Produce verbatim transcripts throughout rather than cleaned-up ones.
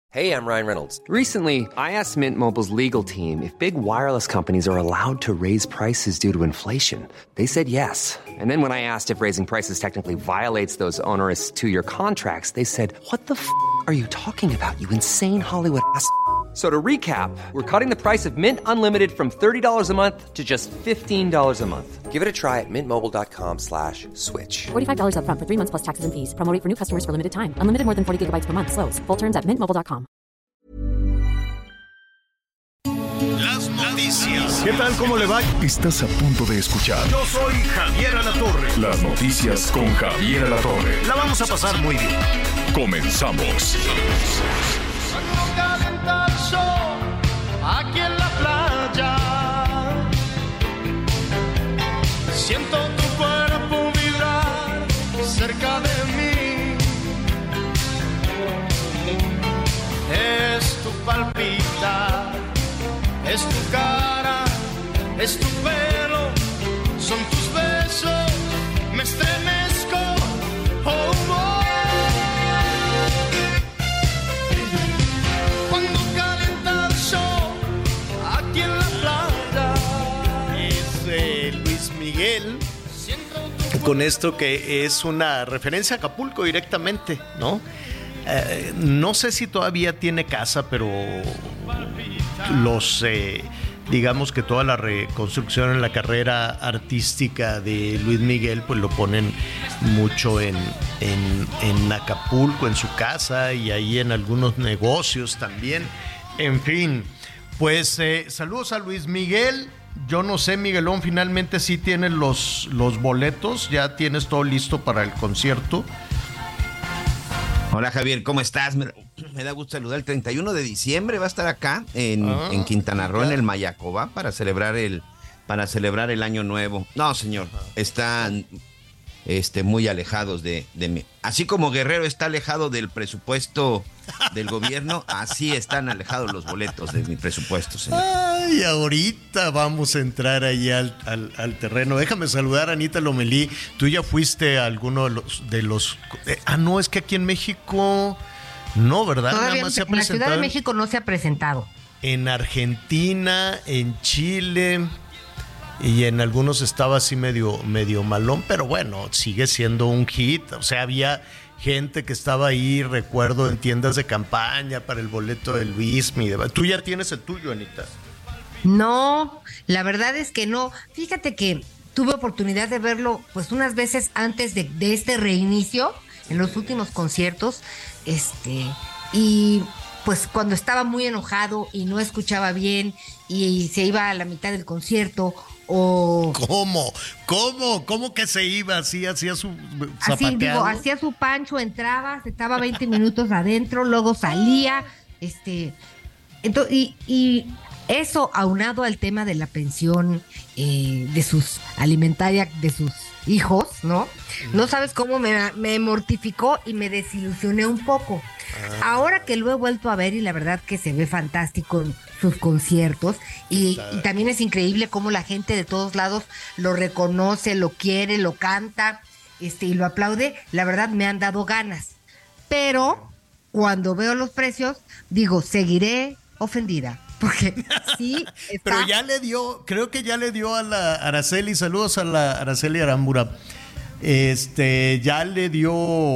Hey, I'm Ryan Reynolds. Recently, I asked Mint Mobile's legal team if big wireless companies are allowed to raise prices due to inflation. They said yes. And then when I asked if raising prices technically violates those onerous two-year contracts, they said, what the f*** are you talking about, you insane Hollywood ass f- So to recap, we're cutting the price of Mint Unlimited from thirty dollars a month to just fifteen dollars a month. Give it a try at mintmobile.com slash switch. forty-five dollars up front for three months plus taxes and fees. Promo rate for new customers for limited time. Unlimited more than forty gigabytes per month. Slows full terms at mint mobile dot com. Las noticias. ¿Qué tal? ¿Cómo le va? Estás a punto de escuchar. Yo soy Javier Alatorre. Las noticias con Javier Alatorre. La vamos a pasar muy bien. Comenzamos. Cuando calienta el sol aquí en la playa, siento tu cuerpo vibrar cerca de mí. Es tu palpitar, es tu cara, es tu pelo, son tus besos, me estremezco. Oh, oh. Miguel, con esto que es una referencia a Acapulco directamente, ¿no? Eh, no sé si todavía tiene casa, pero los, eh, digamos que toda la reconstrucción en la carrera artística de Luis Miguel, pues lo ponen mucho en, en, en Acapulco, en su casa y ahí en algunos negocios también. En fin, pues eh, saludos a Luis Miguel. Yo no sé, Miguelón, finalmente sí tienes los, los boletos, ya tienes todo listo para el concierto. Hola Javier, ¿cómo estás? Me, me da gusto saludar. El treinta y uno de diciembre va a estar acá en, ah, en Quintana Roo, en el Mayacobá, para celebrar el, para celebrar el Año Nuevo. No, señor, están este, muy alejados de, de mí. Así como Guerrero está alejado del presupuesto del gobierno, así están alejados los boletos de mi presupuesto, señor. Ay, ahorita vamos a entrar ahí al, al, al terreno. Déjame saludar a Anita Lomelí. Tú ya fuiste a alguno de los... De los eh, ah, no, es que aquí en México... No, ¿verdad? Todavía Nada más se ha en la Ciudad de presentado México no se ha presentado. En Argentina, en Chile... Y en algunos estaba así medio, medio malón, pero bueno, sigue siendo un hit. O sea, había gente que estaba ahí, recuerdo, en tiendas de campaña para el boleto de Luismi. ¿Tú ya tienes el tuyo, Anita? No, la verdad es que no. Fíjate que tuve oportunidad de verlo pues unas veces antes de, de este reinicio, en los últimos conciertos, este, y pues cuando estaba muy enojado y no escuchaba bien y se iba a la mitad del concierto. O... ¿Cómo? ¿Cómo? ¿Cómo que se iba así? Hacía su zapateado. Así, digo, hacía su pancho, entraba, se estaba veinte minutos adentro, luego salía, este, entonces, y, y eso aunado al tema de la pensión eh, de sus alimentaria de sus hijos, ¿no? No sabes cómo me, me mortificó y me desilusioné un poco. Ah. Ahora que lo he vuelto a ver y la verdad que se ve fantástico en sus conciertos y, y también es increíble cómo la gente de todos lados lo reconoce, lo quiere, lo canta, este, y lo aplaude. La verdad me han dado ganas, pero cuando veo los precios digo, seguiré ofendida. Porque sí está... Pero ya le dio, creo que ya le dio a la Araceli, saludos a la Araceli Arambura. Este, ya le dio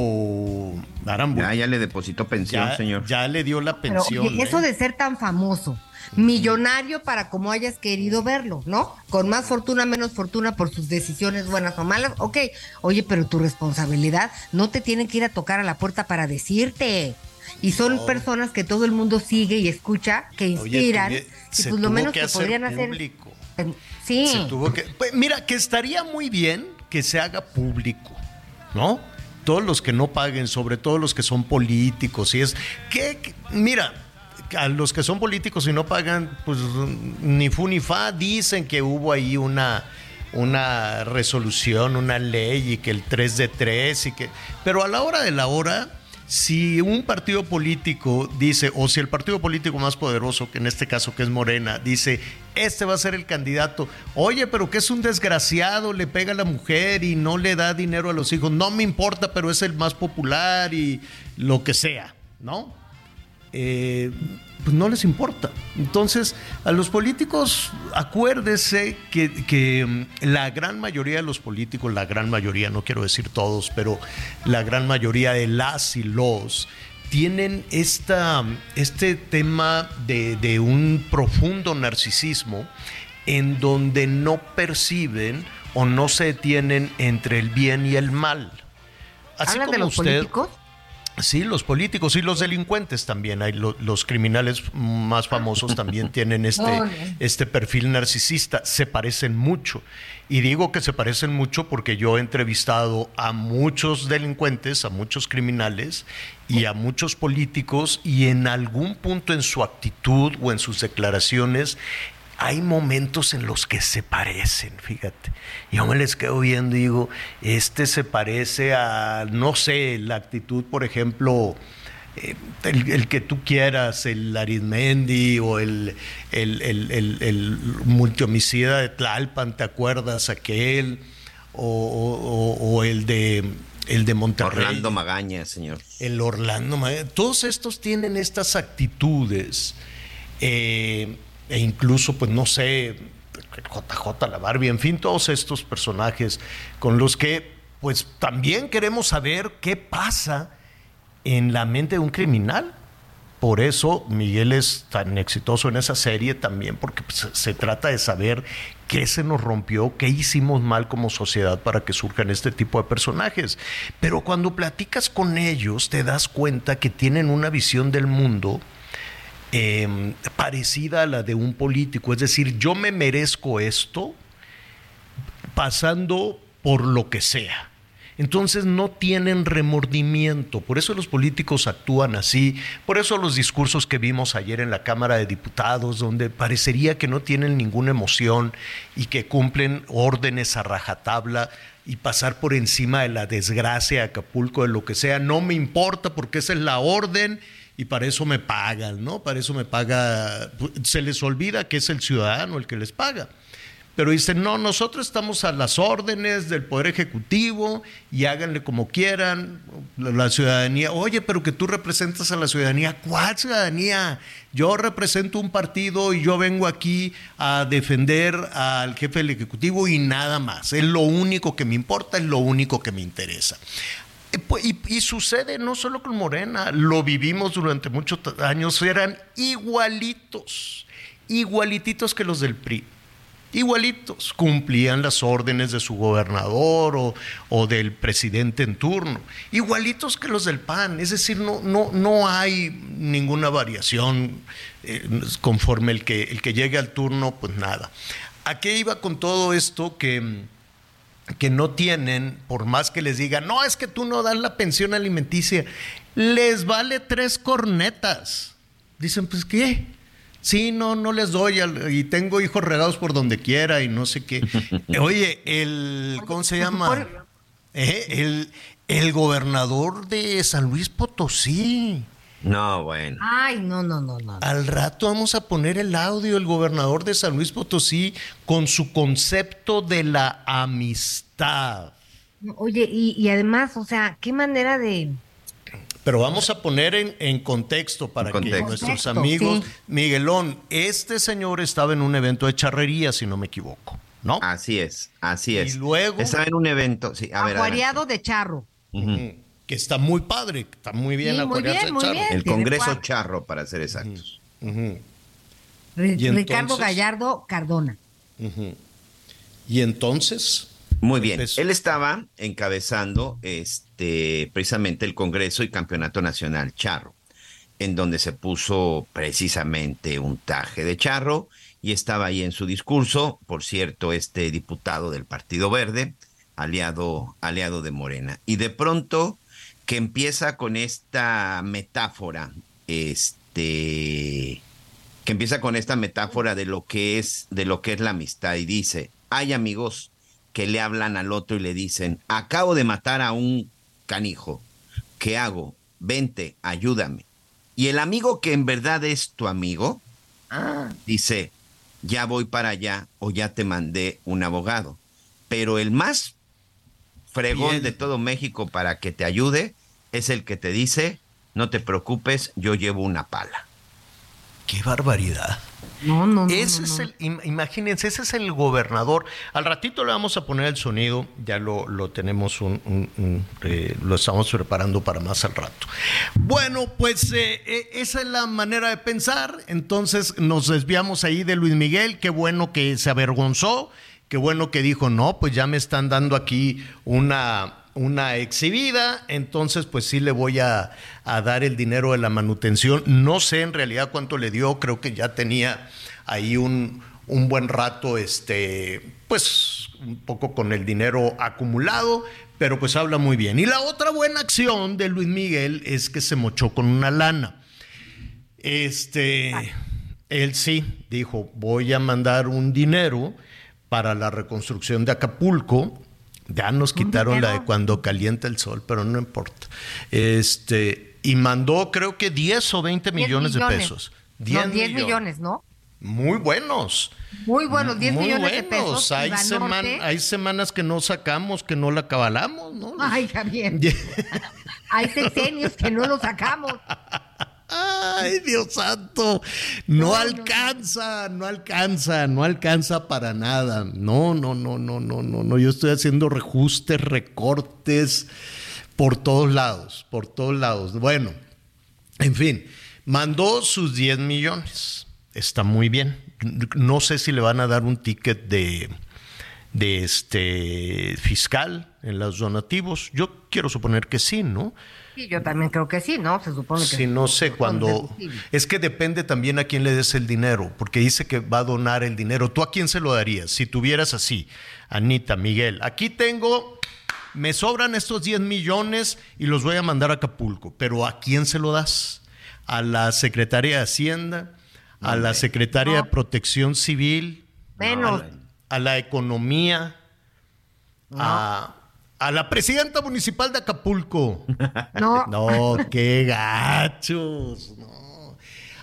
Arambura. Ya, ya le depositó pensión, ya, señor. Ya le dio la pensión. Pero, eso ¿eh? de ser tan famoso, millonario para como hayas querido verlo, ¿no? Con más fortuna, menos fortuna por sus decisiones buenas o malas. Ok, oye, pero tu responsabilidad, no te tienen que ir a tocar a la puerta para decirte. Y son no. personas que todo el mundo sigue y escucha, que inspiran. Oye, tuve, y pues lo menos que, que podrían público. hacer. Sí. Se tuvo que, pues mira, que estaría muy bien que se haga público, ¿no? Todos los que no paguen, sobre todo los que son políticos, y es que, que mira, a los que son políticos y no pagan, pues ni fu ni fa, dicen que hubo ahí una, una resolución, una ley y que el tres de tres y que, pero a la hora de la hora, si un partido político dice, o si el partido político más poderoso, que en este caso que es Morena, dice, este va a ser el candidato, oye, pero que es un desgraciado, le pega a la mujer y no le da dinero a los hijos, no me importa, pero es el más popular y lo que sea, ¿no? eh, pues no les importa. Entonces, a los políticos, acuérdese que, que la gran mayoría de los políticos, la gran mayoría, no quiero decir todos, pero la gran mayoría de las y los tienen esta, este tema de, de un profundo narcisismo en donde no perciben o no se detienen entre el bien y el mal. Así ¿Hablan como de los usted, políticos? Sí, los políticos y los delincuentes también. Hay lo, los criminales más famosos también tienen este, Oh, este perfil narcisista. Se parecen mucho. Y digo que se parecen mucho porque yo he entrevistado a muchos delincuentes, a muchos criminales y a muchos políticos, y en algún punto en su actitud o en sus declaraciones hay momentos en los que se parecen, fíjate. Yo me les quedo viendo y digo, este se parece a, no sé, la actitud, por ejemplo, eh, el, el que tú quieras, el Arizmendi o el, el, el, el, el multihomicida de Tlalpan, ¿te acuerdas? Aquel, o, o, o el de... El de Monterrey. Orlando Magaña, señor. El Orlando Magaña. Todos estos tienen estas actitudes. Eh... E incluso, pues no sé, J J la Barbie, en fin, todos estos personajes con los que, pues también queremos saber qué pasa en la mente de un criminal. Por eso Miguel es tan exitoso en esa serie también, porque pues, se trata de saber qué se nos rompió, qué hicimos mal como sociedad para que surjan este tipo de personajes. Pero cuando platicas con ellos, te das cuenta que tienen una visión del mundo Eh, parecida a la de un político, es decir, yo me merezco esto pasando por lo que sea. Entonces no tienen remordimiento, por eso los políticos actúan así, por eso los discursos que vimos ayer en la Cámara de Diputados, donde parecería que no tienen ninguna emoción y que cumplen órdenes a rajatabla y pasar por encima de la desgracia de Acapulco, de lo que sea, no me importa porque esa es la orden y para eso me pagan, ¿no? Para eso me paga, se les olvida que es el ciudadano el que les paga. Pero dicen, no, nosotros estamos a las órdenes del Poder Ejecutivo y háganle como quieran, la ciudadanía. Oye, pero que tú representas a la ciudadanía. ¿Cuál ciudadanía? Yo represento un partido y yo vengo aquí a defender al jefe del Ejecutivo y nada más. Es lo único que me importa, es lo único que me interesa. Y, y sucede no solo con Morena, lo vivimos durante muchos años, eran igualitos, igualititos que los del P R I. Igualitos, cumplían las órdenes de su gobernador o, o del presidente en turno, igualitos que los del P A N, es decir, no, no, no hay ninguna variación eh, conforme el que, el que llegue al turno, pues nada. ¿A qué iba con todo esto? Que, que no tienen, por más que les digan, no, es que tú no das la pensión alimenticia, les vale tres cornetas. Dicen, pues, ¿qué? Sí, no, no les doy, y tengo hijos regados por donde quiera y no sé qué. Oye, el, ¿cómo se llama? ¿Eh? El, el gobernador de San Luis Potosí. No, bueno. Ay, no, no, no, no. Al rato vamos a poner el audio del gobernador de San Luis Potosí con su concepto de la amistad. Oye, y, y además, o sea, qué manera de... Pero vamos a poner en, en contexto para en que contexto. nuestros Contexto, amigos... sí. Miguelón, este señor estaba en un evento de charrería, si no me equivoco, ¿no? Así es, así es. Y luego... Estaba en un evento, sí, a ver, Acuariado adelante. de charro. Uh-huh. Que está muy padre, está muy bien Sí, muy acuariarse bien, de muy charro. bien. El Tiene Congreso cuatro. Charro, para ser exactos. Uh-huh. Re- Y Ricardo entonces- Gallardo Cardona. Uh-huh. Y entonces... Muy bien. Empezó. Él estaba encabezando este precisamente el Congreso y Campeonato Nacional Charro, en donde se puso precisamente un traje de charro y estaba ahí en su discurso, por cierto, este diputado del Partido Verde, aliado, aliado de Morena. Y de pronto que empieza con esta metáfora, este, que empieza con esta metáfora de lo que es, de lo que es la amistad, y dice, hay amigos que le hablan al otro y le dicen, acabo de matar a un canijo, ¿qué hago? Vente, ayúdame. Y el amigo que en verdad es tu amigo, dice, ya voy para allá o ya te mandé un abogado. Pero el más fregón Bien. de todo México para que te ayude es el que te dice, no te preocupes, yo llevo una pala. ¡Qué barbaridad! No, no, no. Ese no, es no. el, imagínense, ese es el gobernador. Al ratito le vamos a poner el sonido, ya lo, lo tenemos, un, un, un, eh, lo estamos preparando para más al rato. Bueno, pues eh, eh, esa es la manera de pensar. Entonces nos desviamos ahí de Luis Miguel. Qué bueno que se avergonzó, qué bueno que dijo, no, pues ya me están dando aquí una... una exhibida, entonces pues sí le voy a, a dar el dinero de la manutención. No sé en realidad cuánto le dio, creo que ya tenía ahí un, un buen rato, este, pues un poco con el dinero acumulado, pero pues habla muy bien. Y la otra buena acción de Luis Miguel es que se mochó con una lana. Este, él sí dijo, voy a mandar un dinero para la reconstrucción de Acapulco. Ya nos quitaron la de cuando calienta el sol, pero no importa. Este, y mandó creo que diez o veinte millones, millones de pesos. diez, no, diez millones. millones, ¿no? Muy buenos. Muy buenos, diez Muy millones buenos. de pesos. Hay, seman, hay semanas que no sacamos, que no la cabalamos, ¿no? Ay, Javier. Hay sexenios que no lo sacamos. Ay, Dios santo, no, no alcanza, no. no alcanza, no alcanza para nada. No, no, no, no, no, no, no. Yo estoy haciendo reajustes, recortes por todos lados, por todos lados. Bueno, en fin, mandó sus diez millones. Está muy bien. No sé si le van a dar un ticket de, de este fiscal en los donativos. Yo quiero suponer que sí, ¿no? Sí, yo también creo que sí, ¿no? Se supone que sí. No sé cuándo. Es que depende también a quién le des el dinero, porque dice que va a donar el dinero. ¿Tú a quién se lo darías? Si tuvieras así, Anita, Miguel, aquí tengo, me sobran estos diez millones y los voy a mandar a Acapulco, pero ¿a quién se lo das? ¿A la Secretaría de Hacienda? ¿A la Secretaria no. de Protección Civil? Menos. ¿A la Economía? No. ¿A...? A la presidenta municipal de Acapulco. No. No, qué gachos. No.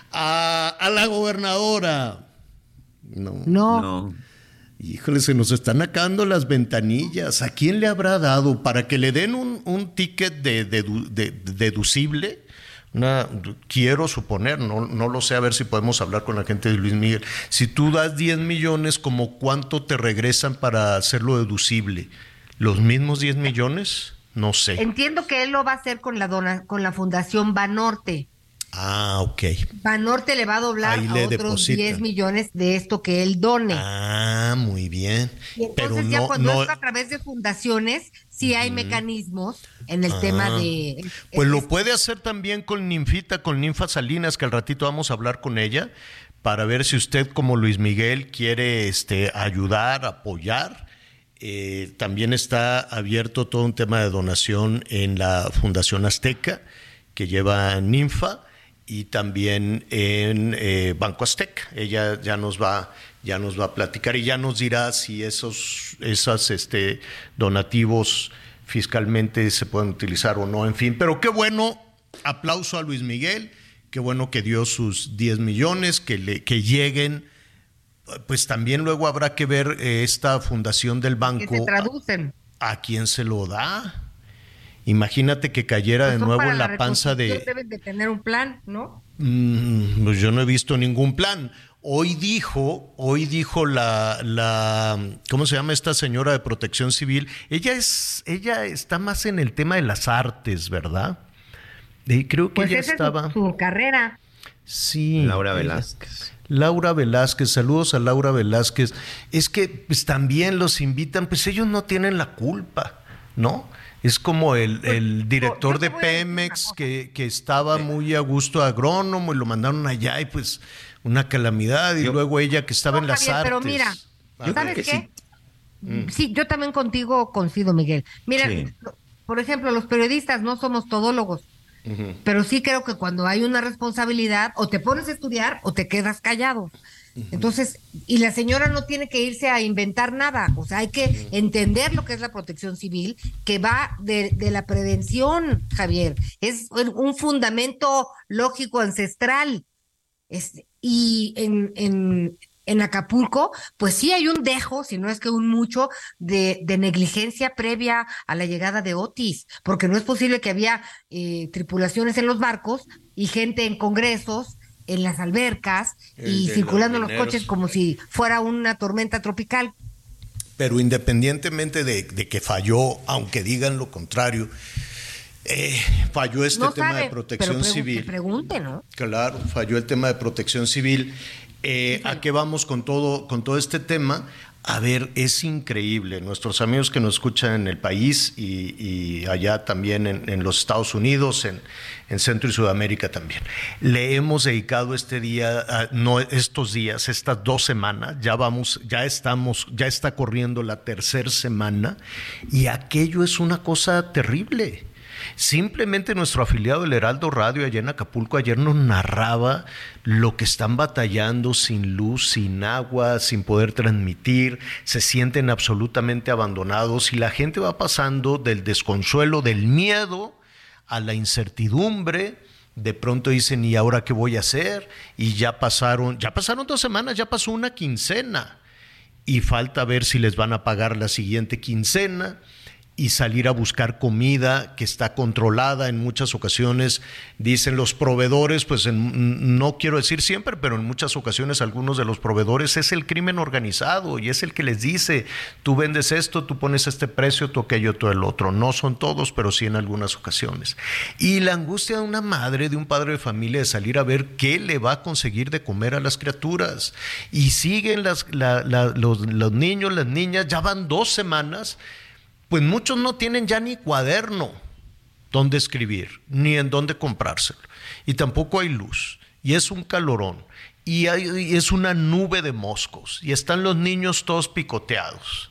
A, a la gobernadora. No. No. No. Híjole, se nos están acabando las ventanillas. ¿A quién le habrá dado para que le den un, un ticket de, de, de, de deducible? Una, quiero suponer, no, no lo sé, a ver si podemos hablar con la gente de Luis Miguel. Si tú das diez millones, ¿como cuánto te regresan para hacerlo deducible? ¿Los mismos diez millones? No sé. Entiendo que él lo va a hacer con la dona, con la Fundación Banorte. Ah, ok. Banorte le va a doblar Ahí a le otros depositan. diez millones de esto que él done. Ah, muy bien. Y entonces Pero ya no, cuando no... es a través de fundaciones, sí hay uh-huh. mecanismos en el ah, tema de... Pues es, lo puede hacer también con Ninfita, con Ninfa Salinas, que al ratito vamos a hablar con ella, para ver si usted como Luis Miguel quiere este, ayudar, apoyar. Eh, también está abierto todo un tema de donación en la Fundación Azteca, que lleva Ninfa, y también en eh, Banco Azteca. Ella ya nos va, ya nos va a platicar y ya nos dirá si esos, esas, este, donativos fiscalmente se pueden utilizar o no, en fin. Pero qué bueno, aplauso a Luis Miguel, qué bueno que dio sus diez millones, que, le, que lleguen. Pues también luego habrá que ver eh, esta fundación del banco. Que se traducen. ¿A, a quién se lo da? Imagínate que cayera pues de nuevo en la, la panza de... Deben de tener un plan, ¿no? Mm, pues yo no he visto ningún plan. Hoy dijo, hoy dijo la, la, ¿cómo se llama esta señora de Protección Civil? Ella es, ella está más en el tema de las artes, ¿verdad? Y creo que pues ella esa estaba. Es su, su carrera. Sí. Laura Velázquez. Laura Velázquez, saludos a Laura Velázquez. Es que pues también los invitan, pues ellos no tienen la culpa, ¿no? Es como el, el director de Pemex que, que estaba muy a gusto agrónomo y lo mandaron allá y pues una calamidad. Y yo, luego ella que estaba no, en las Javier, artes. Pero mira, ¿sabes qué? Sí. Mm. sí, yo también contigo coincido, Miguel. Mira, sí. por ejemplo, los periodistas no somos todólogos. Uh-huh. Pero sí creo que cuando hay una responsabilidad, o te pones a estudiar o te quedas callado. Uh-huh. Entonces, y la señora no tiene que irse a inventar nada. O sea, hay que uh-huh. entender lo que es la protección civil, que va de, de la prevención, Javier. Es un fundamento lógico ancestral. Es, y en, en en Acapulco, pues sí hay un dejo, si no es que un mucho, de, de negligencia previa a la llegada de Otis, porque no es posible que había eh, tripulaciones en los barcos y gente en congresos, en las albercas y circulando los, los coches como si fuera una tormenta tropical. Pero independientemente de, de que falló, aunque digan lo contrario, eh, falló este no tema sabe, de protección pero civil. Que pregunte, ¿no? Claro, falló el tema de protección civil. Eh, ¿A qué vamos con todo, con todo este tema? A ver, es increíble. Nuestros amigos que nos escuchan en el país y, y allá también en, en los Estados Unidos, en, en Centro y Sudamérica también, le hemos dedicado este día, a, no estos días, estas dos semanas, ya vamos, ya estamos, ya está corriendo la tercera semana y aquello es una cosa terrible. Simplemente nuestro afiliado, el Heraldo Radio, allá en Acapulco, ayer nos narraba lo que están batallando sin luz, sin agua, sin poder transmitir, se sienten absolutamente abandonados y la gente va pasando del desconsuelo, del miedo a la incertidumbre. De pronto dicen, ¿y ahora qué voy a hacer? Y ya pasaron, ya pasaron dos semanas, ya pasó una quincena y falta ver si les van a pagar la siguiente quincena. Y salir a buscar comida que está controlada en muchas ocasiones, dicen los proveedores, pues en, no quiero decir siempre, pero en muchas ocasiones algunos de los proveedores es el crimen organizado y es el que les dice, tú vendes esto, tú pones este precio, tú aquello, tú el otro. No son todos, pero sí en algunas ocasiones. Y la angustia de una madre, de un padre de familia, de salir a ver qué le va a conseguir de comer a las criaturas. Y siguen las, la, la, los, los niños, las niñas, ya van dos semanas. Pues muchos no tienen ya ni cuaderno donde escribir, ni en dónde comprárselo. Y tampoco hay luz. Y es un calorón. Y, hay, y es una nube de moscos. Y están los niños todos picoteados.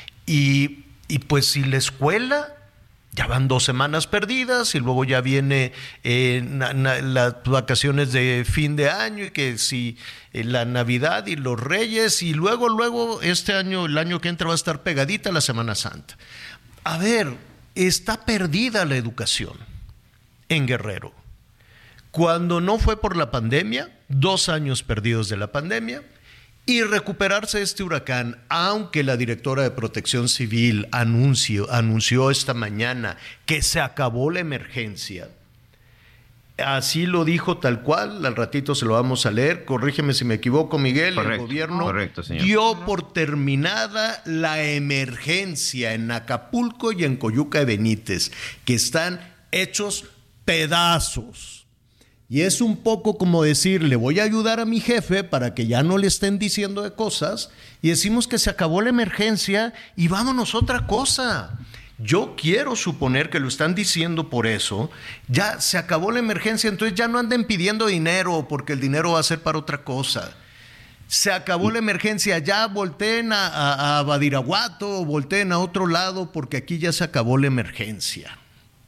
Y, y pues si la escuela, ya van dos semanas perdidas. Y luego ya viene eh, na, na, las vacaciones de fin de año. Y que si eh, la Navidad y los Reyes. Y luego, luego este año, el año que entra va a estar pegadita la Semana Santa. A ver, está perdida la educación en Guerrero. Cuando no fue por la pandemia, dos años perdidos de la pandemia, y recuperarse este huracán, aunque la directora de Protección Civil anunció, anunció esta mañana que se acabó la emergencia. Así lo dijo tal cual, al ratito se lo vamos a leer, corrígeme si me equivoco, Miguel. Correcto, el gobierno correcto, señor. dio por terminada la emergencia en Acapulco y en Coyuca de Benítez, que están hechos pedazos. Y es un poco como decir, le voy a ayudar a mi jefe para que ya no le estén diciendo de cosas, y decimos que se acabó la emergencia y vámonos a otra cosa. Yo quiero suponer que lo están diciendo por eso, ya se acabó la emergencia, entonces ya no anden pidiendo dinero porque el dinero va a ser para otra cosa. Se acabó la emergencia, ya volteen a, a, a Badiraguato o volteen a otro lado porque aquí ya se acabó la emergencia.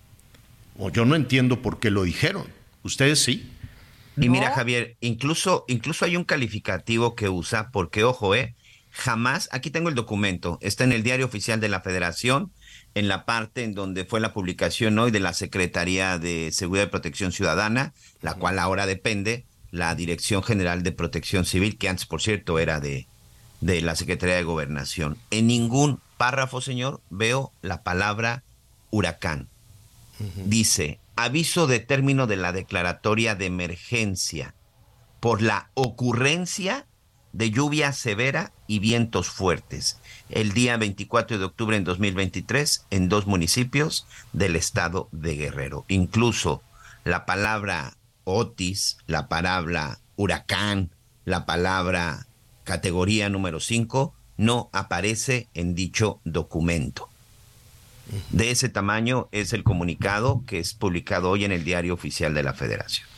O yo no entiendo por qué lo dijeron, ustedes sí. Y mira, Javier, incluso, incluso hay un calificativo que usa, porque ojo, eh, jamás, aquí tengo el documento, está en el Diario Oficial de la Federación, en la parte en donde fue la publicación hoy de la Secretaría de Seguridad y Protección Ciudadana, la cual ahora depende la Dirección General de Protección Civil, que antes, por cierto, era de, de la Secretaría de Gobernación. En ningún párrafo, señor, veo la palabra huracán. Uh-huh. Dice, aviso de término de la declaratoria de emergencia por la ocurrencia de lluvia severa y vientos fuertes el día veinticuatro de octubre en dos mil veintitrés en dos municipios del estado de Guerrero. Incluso la palabra Otis, la palabra huracán, la palabra categoría número cinco no aparece en dicho documento. De ese tamaño es el comunicado que es publicado hoy en el Diario Oficial de la Federación.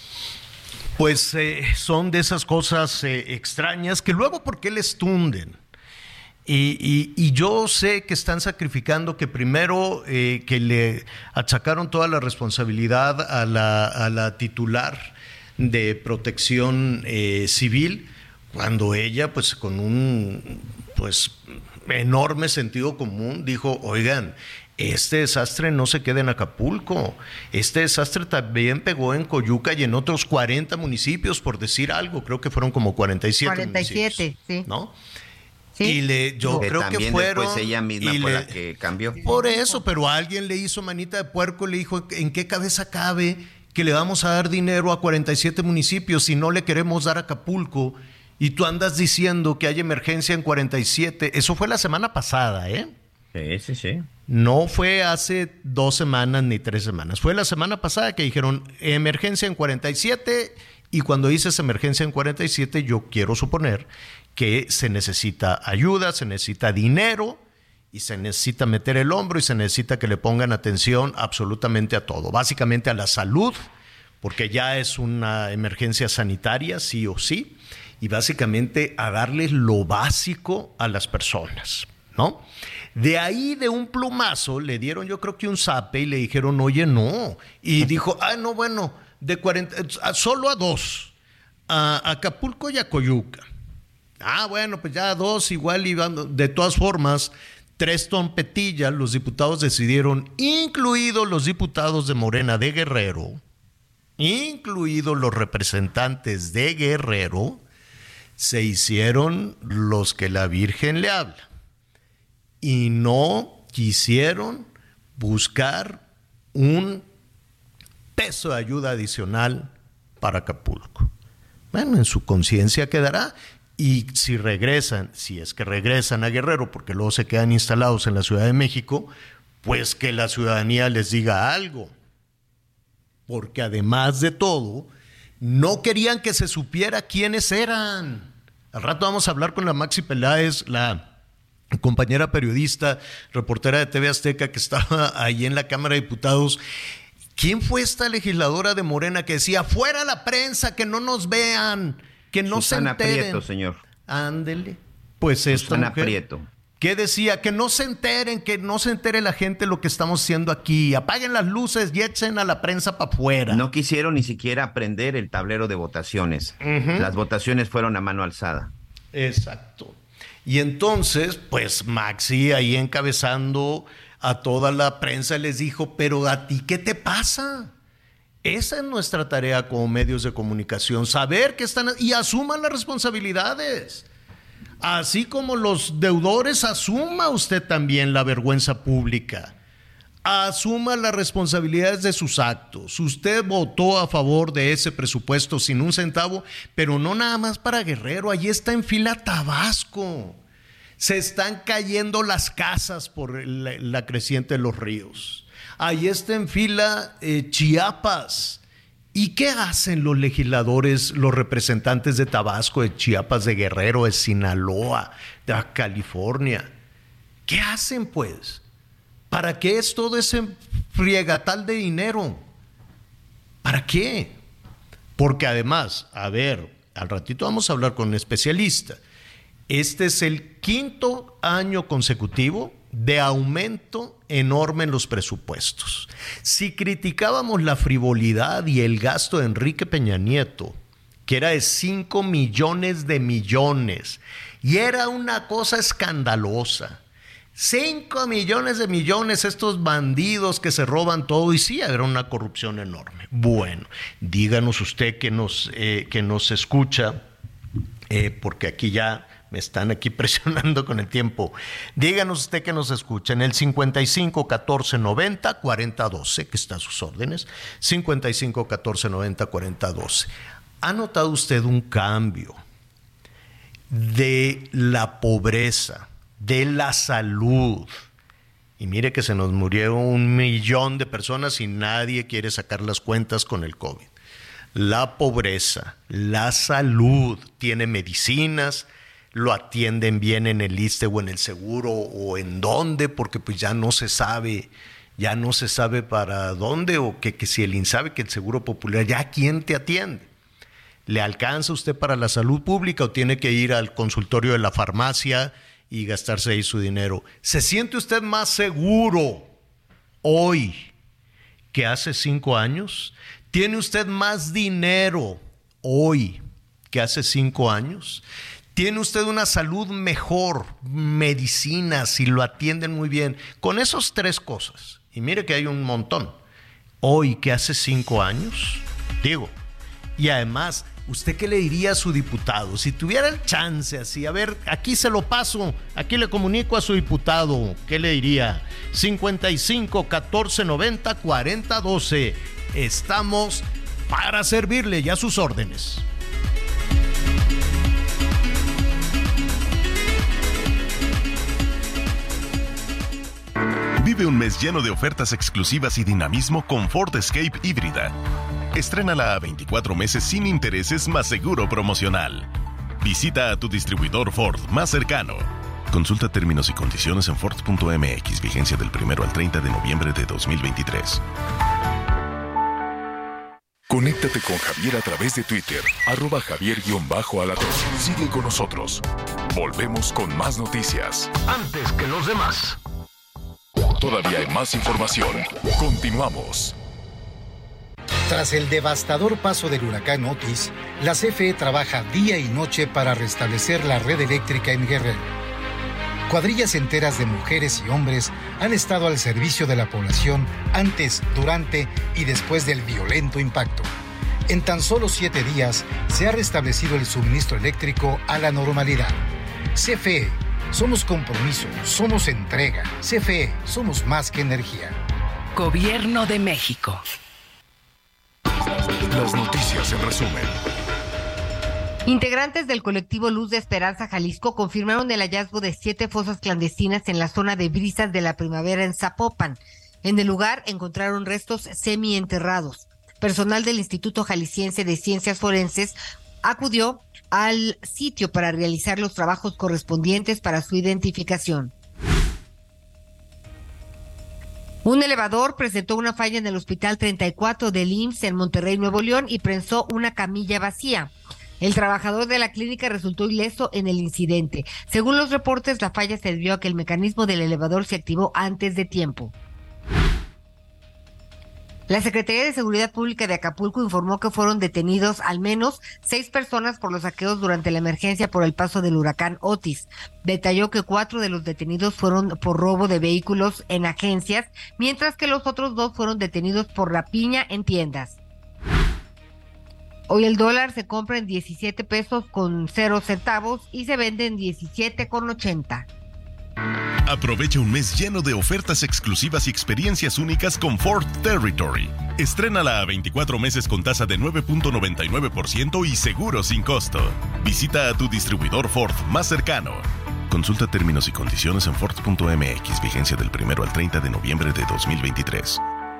Pues eh, son de esas cosas eh, extrañas que luego, ¿por qué les tunden? Y, y, y yo sé que están sacrificando que primero eh, que le achacaron toda la responsabilidad a la, a la titular de Protección eh, Civil, cuando ella, pues con un pues enorme sentido común, dijo, oigan, este desastre no se queda en Acapulco. Este desastre también pegó en Coyuca y en otros cuarenta municipios, por decir algo. Creo que fueron como cuarenta y siete cuarenta y siete, sí. ¿No? Sí. Y le, yo que creo que fueron... después ella misma y fue le, la que cambió. Por eso, pero alguien le hizo manita de puerco y le dijo, ¿en qué cabeza cabe que le vamos a dar dinero a cuarenta y siete municipios si no le queremos dar a Acapulco? Y tú andas diciendo que hay emergencia en cuarenta y siete. Eso fue la semana pasada, ¿eh? Sí, sí, sí. No fue hace dos semanas ni tres semanas. Fue la semana pasada que dijeron emergencia en cuarenta y siete, y cuando dices emergencia en cuarenta y siete, yo quiero suponer que se necesita ayuda, se necesita dinero y se necesita meter el hombro y se necesita que le pongan atención absolutamente a todo. Básicamente a la salud, porque ya es una emergencia sanitaria, sí o sí, y básicamente a darles lo básico a las personas, ¿no? De ahí, de un plumazo, le dieron yo creo que un zape y le dijeron, oye, no. Y dijo, ah, no, bueno, de cuarenta, solo a dos, a Acapulco y a Coyuca. Ah, bueno, pues ya a dos igual iban. De todas formas, tres trompetillas, los diputados decidieron, incluidos los diputados de Morena de Guerrero, incluidos los representantes de Guerrero, se hicieron los que la Virgen le habla. Y no quisieron buscar un peso de ayuda adicional para Acapulco. Bueno, en su conciencia quedará. Y si regresan, si es que regresan a Guerrero, porque luego se quedan instalados en la Ciudad de México, pues que la ciudadanía les diga algo. Porque además de todo, no querían que se supiera quiénes eran. Al rato vamos a hablar con la Maxi Peláez, la compañera periodista, reportera de T V Azteca, que estaba ahí en la Cámara de Diputados. ¿Quién fue esta legisladora de Morena que decía, fuera la prensa, que no nos vean, que no Susana se enteren? Prieto, señor. Ándele. Pues esta Susana mujer, Prieto. ¿qué decía? Que no se enteren, que no se entere la gente lo que estamos haciendo aquí. Apaguen las luces y echen a la prensa para afuera. No quisieron ni siquiera prender el tablero de votaciones. Uh-huh. Las votaciones fueron a mano alzada. Exacto. Y entonces, pues Maxi ahí encabezando a toda la prensa les dijo, pero ¿a ti qué te pasa? Esa es nuestra tarea como medios de comunicación, saber que están y asuman las responsabilidades. Así como los deudores, asuma usted también la vergüenza pública. Asuma las responsabilidades de sus actos. Usted votó a favor de ese presupuesto sin un centavo, pero no nada más para Guerrero. Allí está en fila Tabasco. Se están cayendo las casas por la, la creciente de los ríos. Allí está en fila eh, Chiapas. ¿Y qué hacen los legisladores, los representantes de Tabasco, de Chiapas, de Guerrero, de Sinaloa, de California? ¿Qué hacen, pues? ¿Para qué es todo ese friegatal de dinero? ¿Para qué? Porque además, a ver, al ratito vamos a hablar con un especialista. Este es el quinto año consecutivo de aumento enorme en los presupuestos. Si criticábamos la frivolidad y el gasto de Enrique Peña Nieto, que era de cinco millones de millones, y era una cosa escandalosa, cinco millones de millones, estos bandidos que se roban todo, y sí, era una corrupción enorme. Bueno, díganos usted que nos, eh, que nos escucha, eh, porque aquí ya me están aquí presionando con el tiempo. Díganos usted que nos escucha en el cincuenta y cinco catorce noventa cuarenta doce, que está a sus órdenes, cincuenta y cinco catorce noventa cuarenta doce. ¿Ha notado usted un cambio de la pobreza, de la salud? Y mire que se nos murieron un millón de personas y nadie quiere sacar las cuentas con el COVID. La pobreza, la salud, tiene medicinas, lo atienden bien en el ISSSTE o en el seguro o en dónde, porque pues ya no se sabe, ya no se sabe para dónde, o que, que si el INSABI, que el Seguro Popular, ya quién te atiende. ¿Le alcanza usted para la salud pública o tiene que ir al consultorio de la farmacia y gastarse ahí su dinero? ¿Se siente usted más seguro hoy que hace cinco años? ¿Tiene usted más dinero hoy que hace cinco años? Tiene usted una salud mejor, medicina, si lo atienden muy bien. Con esas tres cosas, y mire que hay un montón. Hoy, que hace cinco años, digo, y además, ¿usted qué le diría a su diputado? Si tuviera el chance así, a ver, aquí se lo paso, aquí le comunico a su diputado, ¿qué le diría? cincuenta y cinco, catorce, noventa, cuarenta, doce. Estamos para servirle y a sus órdenes. Vive un mes lleno de ofertas exclusivas y dinamismo con Ford Escape híbrida. Estrénala a veinticuatro meses sin intereses más seguro promocional. Visita a tu distribuidor Ford más cercano. Consulta términos y condiciones en Ford punto M X. Vigencia del primero al treinta de noviembre de dos mil veintitrés. Conéctate con Javier a través de Twitter, arroba Javier-Alatorre. Sigue con nosotros. Volvemos con más noticias. Antes que los demás. Todavía hay más información. Continuamos. Tras el devastador paso del huracán Otis, la C F E trabaja día y noche para restablecer la red eléctrica en Guerrero. Cuadrillas enteras de mujeres y hombres han estado al servicio de la población antes, durante y después del violento impacto. En tan solo siete días se ha restablecido el suministro eléctrico a la normalidad. C F E, somos compromiso, somos entrega. C F E, somos más que energía. Gobierno de México. Las noticias en resumen. Integrantes del colectivo Luz de Esperanza Jalisco confirmaron el hallazgo de siete fosas clandestinas en la zona de Brisas de la Primavera en Zapopan. En el lugar encontraron restos semienterrados. Personal del Instituto Jalisciense de Ciencias Forenses acudió al sitio para realizar los trabajos correspondientes para su identificación. Un elevador presentó una falla en el Hospital treinta y cuatro del I M S S en Monterrey, Nuevo León, y prensó una camilla vacía. El trabajador de la clínica resultó ileso en el incidente. Según los reportes, la falla se debió a que el mecanismo del elevador se activó antes de tiempo. La Secretaría de Seguridad Pública de Acapulco informó que fueron detenidos al menos seis personas por los saqueos durante la emergencia por el paso del huracán Otis. Detalló que cuatro de los detenidos fueron por robo de vehículos en agencias, mientras que los otros dos fueron detenidos por rapiña en tiendas. Hoy el dólar se compra en diecisiete pesos con cero centavos y se vende en diecisiete con ochenta. Aprovecha un mes lleno de ofertas exclusivas y experiencias únicas con Ford Territory. Estrénala a veinticuatro meses con tasa de nueve punto noventa y nueve por ciento y seguro sin costo. Visita a tu distribuidor Ford más cercano. Consulta términos y condiciones en Ford punto M X. Vigencia del primero al treinta de noviembre de dos mil veintitrés.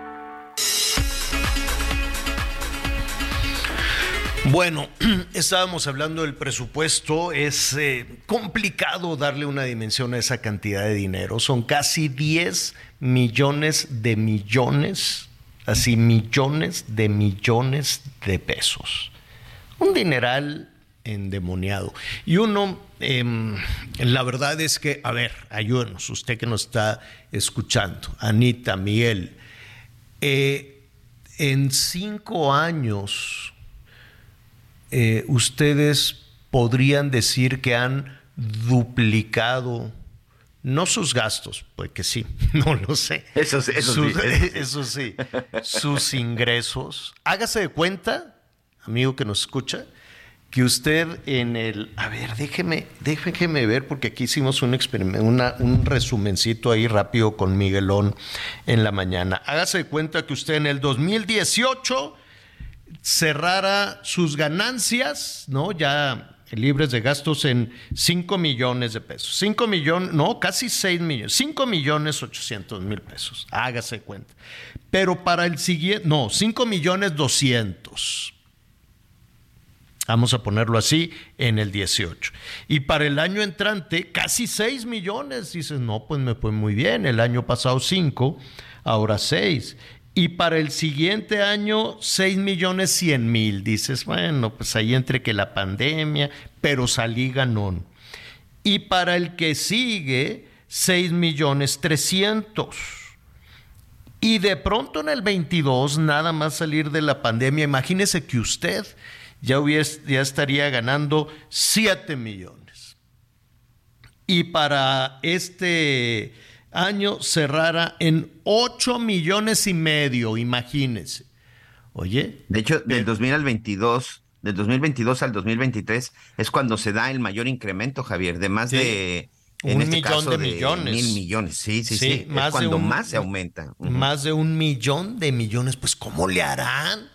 Bueno, estábamos hablando del presupuesto. Es eh, complicado darle una dimensión a esa cantidad de dinero. Son casi diez millones de millones, así millones de millones de pesos. Un dineral endemoniado. Y uno, eh, la verdad es que, a ver, ayúdenos, usted que nos está escuchando, Anita, Miguel, eh, en cinco años... Eh, ustedes podrían decir que han duplicado, no sus gastos, pues que sí, no lo sé. Eso sí, eso sus, sí. Eso sí. Eso sí, sus ingresos. Hágase de cuenta, amigo que nos escucha, que usted en el... A ver, déjeme, déjeme ver, porque aquí hicimos un experimento, una, un resumencito ahí rápido con Miguelón en la mañana. Hágase de cuenta que usted en el dos mil dieciocho... cerrara sus ganancias, ¿no? Ya libres de gastos en cinco millones de pesos. cinco millones, no, casi seis millones. cinco millones ochocientos mil pesos. Hágase cuenta. Pero para el siguiente, no, cinco millones doscientos. Vamos a ponerlo así en el dieciocho. Y para el año entrante, casi seis millones. Dices, no, pues me fue muy bien. El año pasado cinco, ahora seis. Y para el siguiente año, seis millones cien mil. Dices, bueno, pues ahí entre que la pandemia, pero salí ganón. Y para el que sigue, seis millones trescientos. Y de pronto en el veintidós, nada más salir de la pandemia, imagínese que usted ya, hubies, ya estaría ganando siete millones. Y para este año cerrara en ocho millones y medio, imagínense. Oye. De hecho, del dos mil al veintidós, del dos mil veintidós al dos mil veintitrés es cuando se da el mayor incremento, Javier, de más sí. de en un este millón caso, de, de millones. Mil millones, sí, sí, sí. sí. Más es cuando un, más se aumenta. Uh-huh. Más de un millón de millones. Pues, ¿cómo le harán?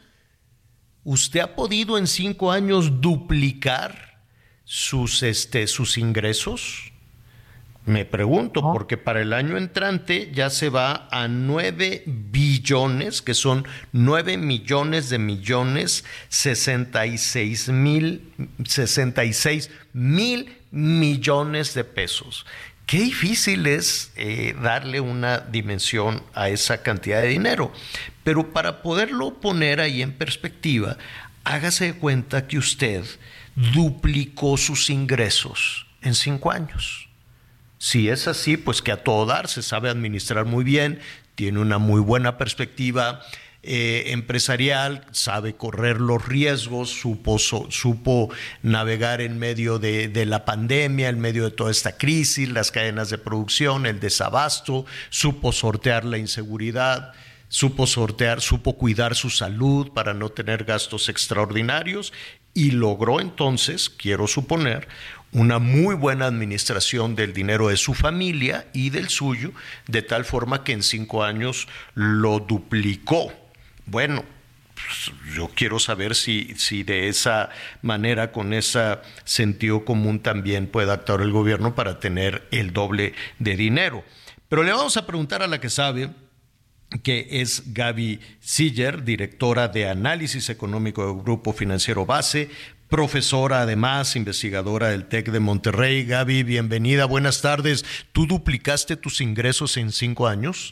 ¿Usted ha podido en cinco años duplicar sus, este, sus ingresos? Me pregunto, oh. porque para el año entrante ya se va a nueve billones, que son nueve millones de millones, sesenta y seis mil, sesenta y seis mil millones de pesos. Qué difícil es eh, darle una dimensión a esa cantidad de dinero. Pero para poderlo poner ahí en perspectiva, hágase de cuenta que usted duplicó sus ingresos en cinco años. Si es así, pues que a todo dar, se sabe administrar muy bien, tiene una muy buena perspectiva eh, empresarial, sabe correr los riesgos, supo, so, supo navegar en medio de, de la pandemia, en medio de toda esta crisis, las cadenas de producción, el desabasto, supo sortear la inseguridad, supo sortear, supo cuidar su salud para no tener gastos extraordinarios y logró entonces, quiero suponer, una muy buena administración del dinero de su familia y del suyo, de tal forma que en cinco años lo duplicó. Bueno, pues yo quiero saber si, si de esa manera, con ese sentido común, también puede actuar el gobierno para tener el doble de dinero. Pero le vamos a preguntar a la que sabe, que es Gaby Siller, directora de Análisis Económico del Grupo Financiero Base, profesora además, investigadora del TEC de Monterrey. Gaby, bienvenida, buenas tardes. ¿Tú duplicaste tus ingresos en cinco años?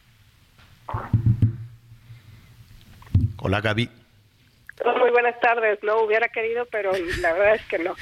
Hola, Gaby. Muy buenas tardes. No hubiera querido, pero la verdad es que no.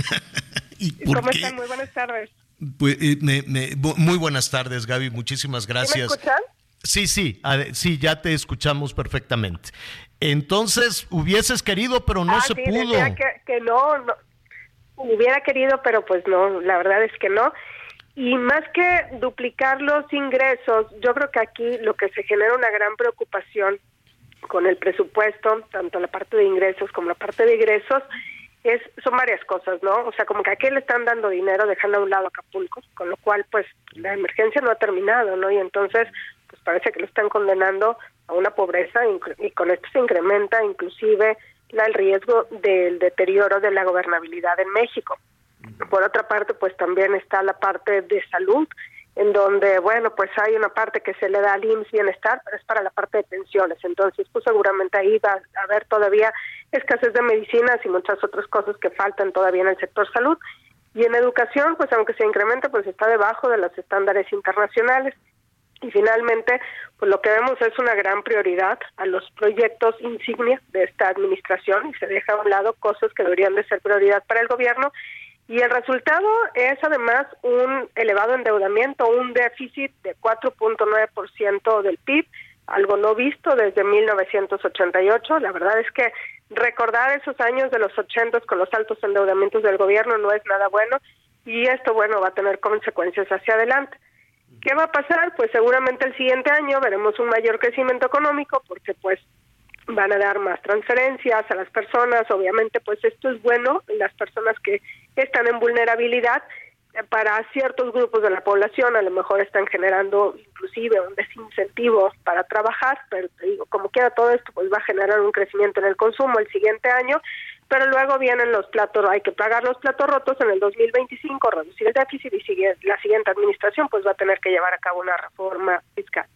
¿Y por ¿Cómo qué? están? Muy buenas tardes. Pues, eh, me, me, muy buenas tardes, Gaby. Muchísimas gracias. ¿Sí me escuchan? Sí, sí, sí, ya te escuchamos perfectamente. Entonces, hubieses querido, pero no ah, se sí, pudo. Decía que, que no, no, hubiera querido, pero pues no, la verdad es que no. Y más que duplicar los ingresos, yo creo que aquí lo que se genera una gran preocupación con el presupuesto, tanto la parte de ingresos como la parte de egresos, es, son varias cosas, ¿no? O sea, como que aquí le están dando dinero, dejando a un lado Acapulco, con lo cual, pues, la emergencia no ha terminado, ¿no? Y entonces, pues parece que lo están condenando a una pobreza y con esto se incrementa inclusive la, el riesgo del deterioro de la gobernabilidad en México. Por otra parte, pues también está la parte de salud, en donde, bueno, pues hay una parte que se le da al I M S S Bienestar, pero es para la parte de pensiones. Entonces, pues seguramente ahí va a haber todavía escasez de medicinas y muchas otras cosas que faltan todavía en el sector salud. Y en educación, pues aunque se incrementa, pues está debajo de los estándares internacionales. Y finalmente, pues lo que vemos es una gran prioridad a los proyectos insignia de esta administración y se deja a un lado cosas que deberían de ser prioridad para el gobierno. Y el resultado es además un elevado endeudamiento, un déficit de cuatro punto nueve por ciento del P I B, algo no visto desde mil novecientos ochenta y ocho. La verdad es que recordar esos años de los ochentas con los altos endeudamientos del gobierno no es nada bueno y esto, bueno, va a tener consecuencias hacia adelante. ¿Qué va a pasar? Pues seguramente el siguiente año veremos un mayor crecimiento económico porque pues van a dar más transferencias a las personas, obviamente pues esto es bueno, las personas que están en vulnerabilidad, para ciertos grupos de la población a lo mejor están generando inclusive un desincentivo para trabajar, pero te digo, como quiera todo esto pues va a generar un crecimiento en el consumo el siguiente año, pero luego vienen los platos, hay que pagar los platos rotos en el dos mil veinticinco, reducir el déficit y sigue, la siguiente administración pues va a tener que llevar a cabo una reforma fiscal.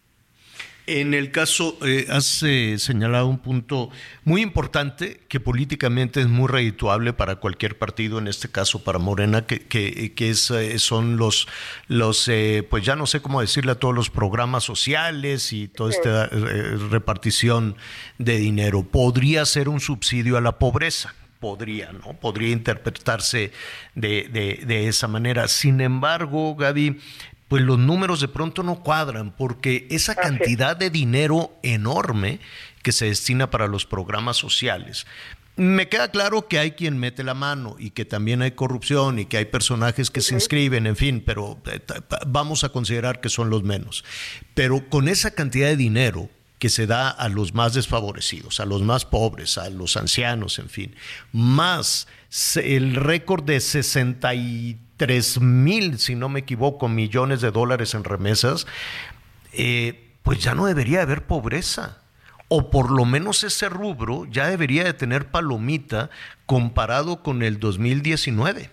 En el caso, eh, has eh, señalado un punto muy importante que políticamente es muy redituable para cualquier partido, en este caso para Morena, que, que, que es, eh, son los, los eh, pues ya no sé cómo decirle, a todos los programas sociales y toda sí. esta eh, repartición de dinero. Podría ser un subsidio a la pobreza. Podría, ¿no? Podría interpretarse de, de, de esa manera. Sin embargo, Gaby, pues los números de pronto no cuadran porque esa cantidad de dinero enorme que se destina para los programas sociales, Me queda claro que hay quien mete la mano y que también hay corrupción y que hay personajes que uh-huh. se inscriben, en fin, pero eh, vamos a considerar que son los menos. Pero con esa cantidad de dinero que se da a los más desfavorecidos, a los más pobres, a los ancianos, en fin, más el récord de sesenta y tres mil, si no me equivoco, millones de dólares en remesas, eh, pues ya no debería haber pobreza. O por lo menos ese rubro ya debería de tener palomita comparado con el dos mil diecinueve.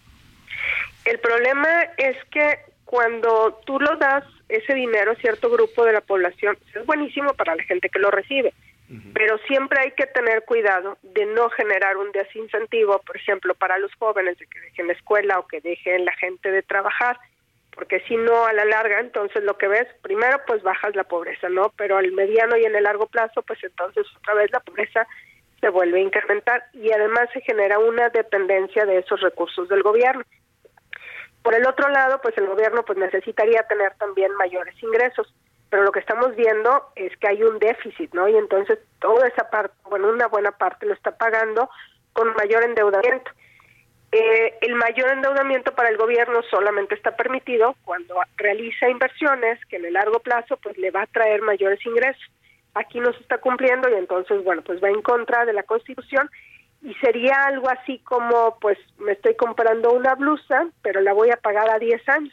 El problema es que cuando tú lo das ese dinero a cierto grupo de la población, es buenísimo para la gente que lo recibe, uh-huh. pero siempre hay que tener cuidado de no generar un desincentivo, por ejemplo, para los jóvenes de que dejen la escuela o que dejen la gente de trabajar, porque si no, a la larga, entonces lo que ves, primero pues bajas la pobreza, ¿no? Pero al mediano y en el largo plazo, pues entonces otra vez la pobreza se vuelve a incrementar y además se genera una dependencia de esos recursos del gobierno. Por el otro lado, pues el gobierno pues necesitaría tener también mayores ingresos, pero lo que estamos viendo es que hay un déficit, ¿no? Y entonces toda esa parte, bueno, una buena parte lo está pagando con mayor endeudamiento. Eh, el mayor endeudamiento para el gobierno solamente está permitido cuando realiza inversiones que en el largo plazo pues le va a traer mayores ingresos. Aquí no se está cumpliendo y entonces, bueno, pues va en contra de la Constitución y sería algo así como, pues me estoy comprando una blusa, pero la voy a pagar a diez años.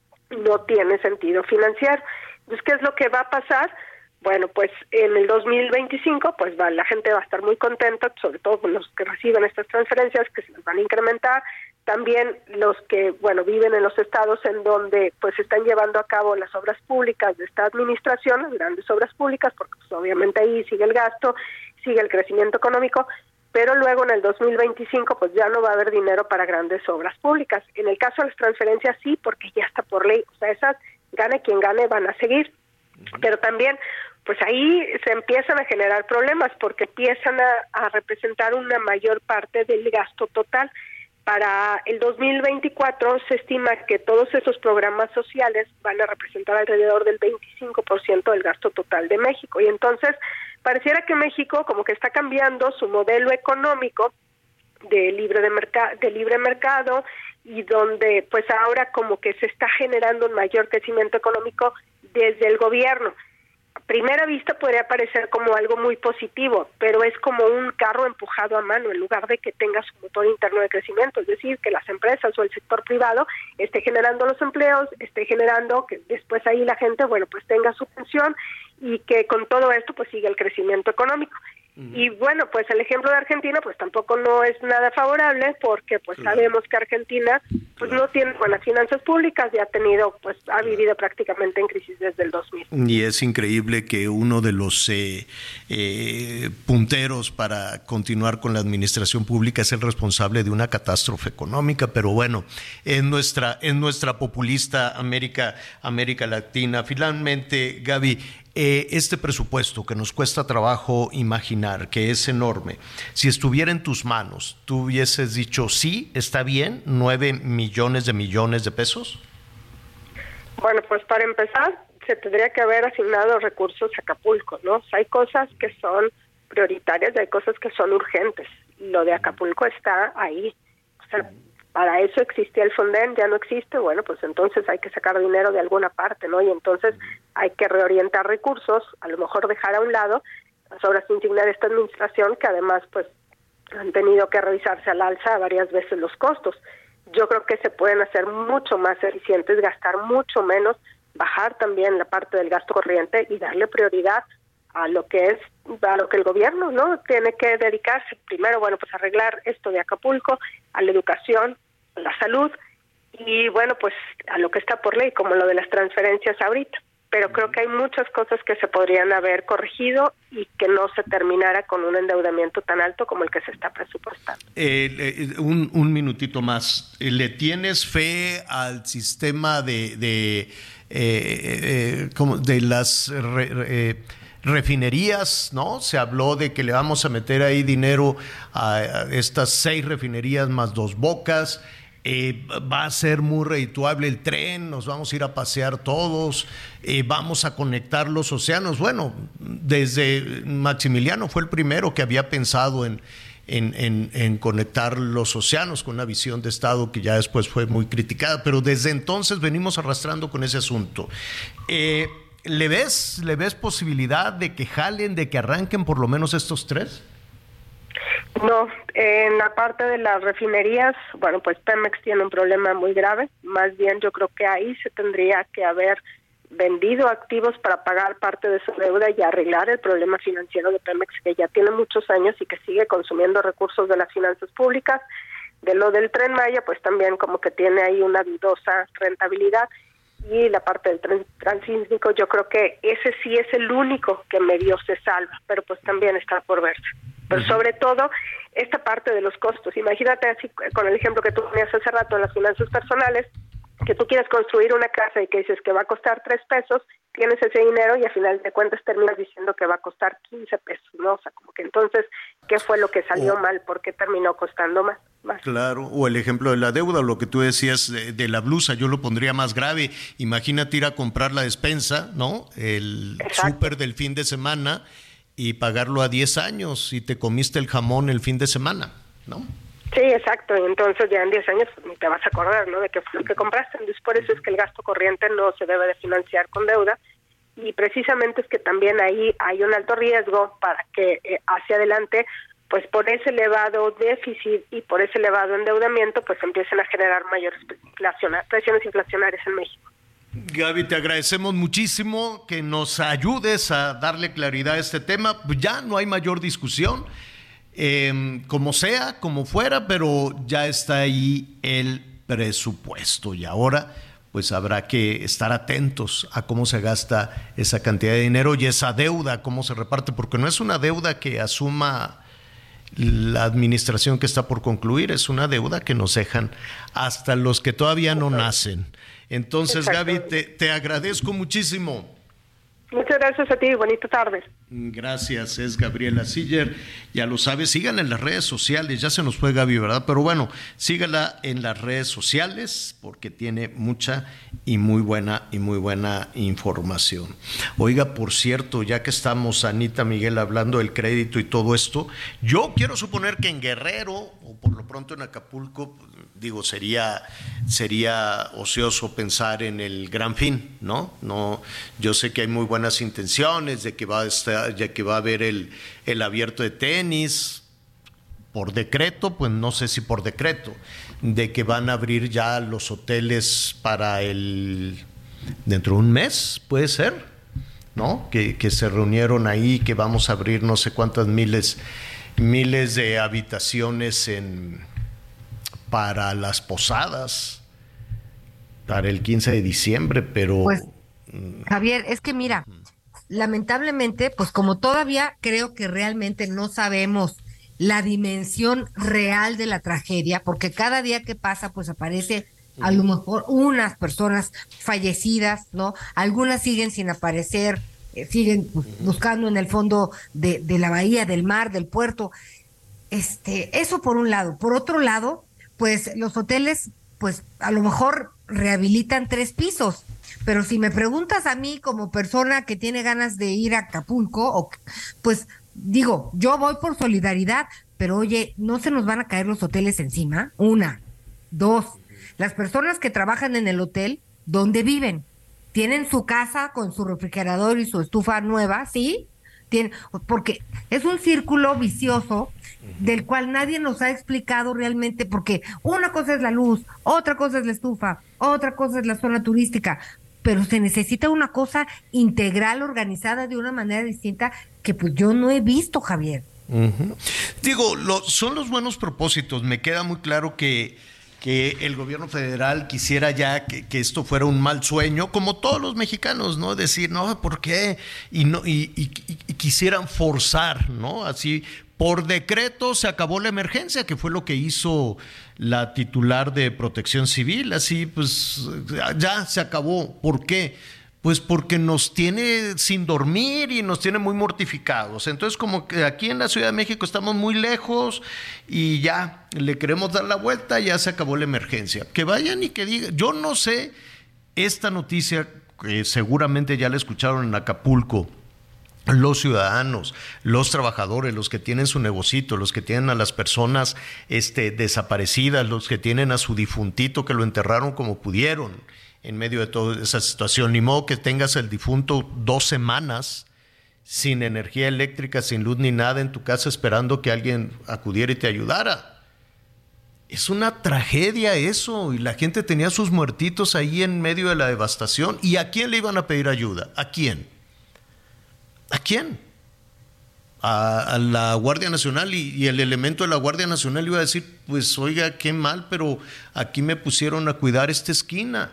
No tiene sentido financiero. Entonces, ¿qué es lo que va a pasar? Bueno, pues en el dos mil veinticinco, pues va, la gente va a estar muy contenta, sobre todo con los que reciben estas transferencias, que se les van a incrementar. También los que, bueno, viven en los estados en donde, pues, se están llevando a cabo las obras públicas de esta administración, las grandes obras públicas, porque, pues, obviamente ahí sigue el gasto, sigue el crecimiento económico, pero luego en el dos mil veinticinco, pues, ya no va a haber dinero para grandes obras públicas. En el caso de las transferencias, sí, porque ya está por ley. O sea, esas, gane quien gane, van a seguir. Pero también, pues ahí se empiezan a generar problemas porque empiezan a, a representar una mayor parte del gasto total. Para el dos mil veinticuatro se estima que todos esos programas sociales van a representar alrededor del veinticinco por ciento del gasto total de México. Y entonces pareciera que México como que está cambiando su modelo económico de libre de mercado, de libre mercado y donde pues ahora como que se está generando un mayor crecimiento económico desde el gobierno. A primera vista podría parecer como algo muy positivo, pero es como un carro empujado a mano en lugar de que tenga su motor interno de crecimiento, es decir, que las empresas o el sector privado esté generando los empleos, esté generando que después ahí la gente, bueno, pues tenga su pensión y que con todo esto pues siga el crecimiento económico. Uh-huh. Y bueno, pues el ejemplo de Argentina pues tampoco no es nada favorable porque pues uh-huh. sabemos que Argentina pues uh-huh. no tiene buenas finanzas públicas y ha tenido pues ha vivido prácticamente en crisis desde el dos mil. Y es increíble que uno de los eh, eh, punteros para continuar con la administración pública es el responsable de una catástrofe económica, pero bueno, en nuestra en nuestra populista América América Latina, finalmente, Gaby, Eh, este presupuesto que nos cuesta trabajo imaginar, que es enorme, si estuviera en tus manos, ¿tú hubieses dicho sí, está bien, nueve millones de millones de pesos? Bueno, pues para empezar, se tendría que haber asignado recursos a Acapulco, ¿no? O sea, hay cosas que son prioritarias y hay cosas que son urgentes. Lo de Acapulco está ahí. O sea, para eso existía el Fonden, ya no existe, bueno, pues entonces hay que sacar dinero de alguna parte, ¿no? Y entonces hay que reorientar recursos, a lo mejor dejar a un lado las obras insignia de esta administración, que además, pues, han tenido que revisarse al alza varias veces los costos. Yo creo que se pueden hacer mucho más eficientes, gastar mucho menos, bajar también la parte del gasto corriente y darle prioridad a lo que es, a lo que el gobierno, ¿no? Tiene que dedicarse primero, bueno, pues arreglar esto de Acapulco, a la educación, a la salud y bueno, pues a lo que está por ley, como lo de las transferencias ahorita. Pero creo que hay muchas cosas que se podrían haber corregido y que no se terminara con un endeudamiento tan alto como el que se está presupuestando. Eh, eh, un, un minutito más. ¿Le tienes fe al sistema de, de, eh, eh, como de las re, eh, refinerías, ¿no? Se habló de que le vamos a meter ahí dinero a, a estas seis refinerías más Dos Bocas. Eh, va a ser muy redituable el tren, nos vamos a ir a pasear todos, eh, vamos a conectar los océanos. Bueno, desde Maximiliano fue el primero que había pensado en, en, en, en conectar los océanos con una visión de Estado que ya después fue muy criticada, pero desde entonces venimos arrastrando con ese asunto. Eh, ¿le ves, ¿Le ves posibilidad de que jalen, de que arranquen por lo menos estos tres? No, en la parte de las refinerías, bueno, pues Pemex tiene un problema muy grave. Más bien yo creo que ahí se tendría que haber vendido activos para pagar parte de su deuda y arreglar el problema financiero de Pemex, que ya tiene muchos años y que sigue consumiendo recursos de las finanzas públicas. De lo del Tren Maya, pues también como que tiene ahí una dudosa rentabilidad. Y la parte del tren transísmico, yo creo que ese sí es el único que medio se salva, pero pues también está por verse. Pero sobre todo, esta parte de los costos. Imagínate así, con el ejemplo que tú ponías hace rato en las finanzas personales, que tú quieres construir una casa y que dices que va a costar tres pesos, tienes ese dinero y al final de cuentas terminas diciendo que va a costar quince pesos, ¿no? O sea, como que entonces, ¿qué fue lo que salió oh. mal? ¿Por qué terminó costando más? más? Claro, o el ejemplo de la deuda, lo que tú decías de, de la blusa, yo lo pondría más grave. Imagínate ir a comprar la despensa, ¿no? El súper del fin de semana y pagarlo a diez años y te comiste el jamón el fin de semana, ¿no? Sí, exacto, y entonces ya en diez años ni te vas a acordar, ¿no?, de qué fue lo que compraste. Entonces por eso es que el gasto corriente no se debe de financiar con deuda, y precisamente es que también ahí hay un alto riesgo para que eh, hacia adelante, pues por ese elevado déficit y por ese elevado endeudamiento, pues empiecen a generar mayores presiones inflacionarias en México. Gaby, te agradecemos muchísimo que nos ayudes a darle claridad a este tema. Ya no hay mayor discusión. Eh, como sea, como fuera, pero ya está ahí el presupuesto y ahora pues habrá que estar atentos a cómo se gasta esa cantidad de dinero y esa deuda, cómo se reparte, porque no es una deuda que asuma la administración que está por concluir, es una deuda que nos dejan hasta los que todavía no nacen. Entonces, Gaby, te, te agradezco muchísimo. Muchas gracias a ti, bonita tarde. Gracias, es Gabriela Siller. Ya lo sabes, síganla en las redes sociales. Ya se nos fue Gaby, ¿verdad? Pero bueno, sígala en las redes sociales porque tiene mucha y muy buena y muy buena información. Oiga, por cierto, ya que estamos, Anita, Miguel, hablando del crédito y todo esto, yo quiero suponer que en Guerrero, o por lo pronto en Acapulco, digo, sería, sería ocioso pensar en el Gran Fin, ¿no? No, yo sé que hay muy buenas intenciones de que va a estar, ya que va a haber el, el abierto de tenis por decreto, pues no sé si por decreto, de que van a abrir ya los hoteles para el dentro de un mes, puede ser, ¿no? Que, que se reunieron ahí, que vamos a abrir no sé cuántas miles, miles de habitaciones en para las posadas para el quince de diciembre, pero pues Javier, es que mira, lamentablemente, pues como todavía creo que realmente no sabemos la dimensión real de la tragedia, porque cada día que pasa pues aparece a lo mejor unas personas fallecidas, ¿no? Algunas siguen sin aparecer, eh, siguen pues, buscando en el fondo de, de la bahía, del mar, del puerto. Este, eso por un lado. Por otro lado, pues los hoteles, pues a lo mejor rehabilitan tres pisos, pero si me preguntas a mí como persona que tiene ganas de ir a Acapulco, o, pues digo, yo voy por solidaridad, pero oye, ¿no se nos van a caer los hoteles encima? Una, dos, las personas que trabajan en el hotel, ¿dónde viven? ¿Tienen su casa con su refrigerador y su estufa nueva? ¿Sí? Tienen, porque es un círculo vicioso del cual nadie nos ha explicado realmente, porque una cosa es la luz, otra cosa es la estufa, otra cosa es la zona turística, pero se necesita una cosa integral, organizada de una manera distinta que pues yo no he visto, Javier. Uh-huh. Digo, lo, son los buenos propósitos. Me queda muy claro que, que el gobierno federal quisiera ya que, que esto fuera un mal sueño, como todos los mexicanos, ¿no? Decir, no, ¿por qué? Y, no, y, y, y quisieran forzar, ¿no? Así, por decreto se acabó la emergencia, que fue lo que hizo la titular de Protección Civil. Así, pues, ya se acabó. ¿Por qué? Pues porque nos tiene sin dormir y nos tiene muy mortificados. Entonces, como que aquí en la Ciudad de México estamos muy lejos y ya le queremos dar la vuelta, ya se acabó la emergencia. Que vayan y que digan, yo no sé, esta noticia que seguramente ya la escucharon en Acapulco, los ciudadanos, los trabajadores, los que tienen su negocito, los que tienen a las personas este, desaparecidas, los que tienen a su difuntito que lo enterraron como pudieron en medio de toda esa situación. Ni modo que tengas el difunto dos semanas sin energía eléctrica, sin luz ni nada en tu casa esperando que alguien acudiera y te ayudara. Es una tragedia eso, y la gente tenía sus muertitos ahí en medio de la devastación. ¿Y a quién le iban a pedir ayuda? ¿A quién? ¿A quién? A, a la Guardia Nacional, y, y el elemento de la Guardia Nacional iba a decir, pues oiga, qué mal, pero aquí me pusieron a cuidar esta esquina.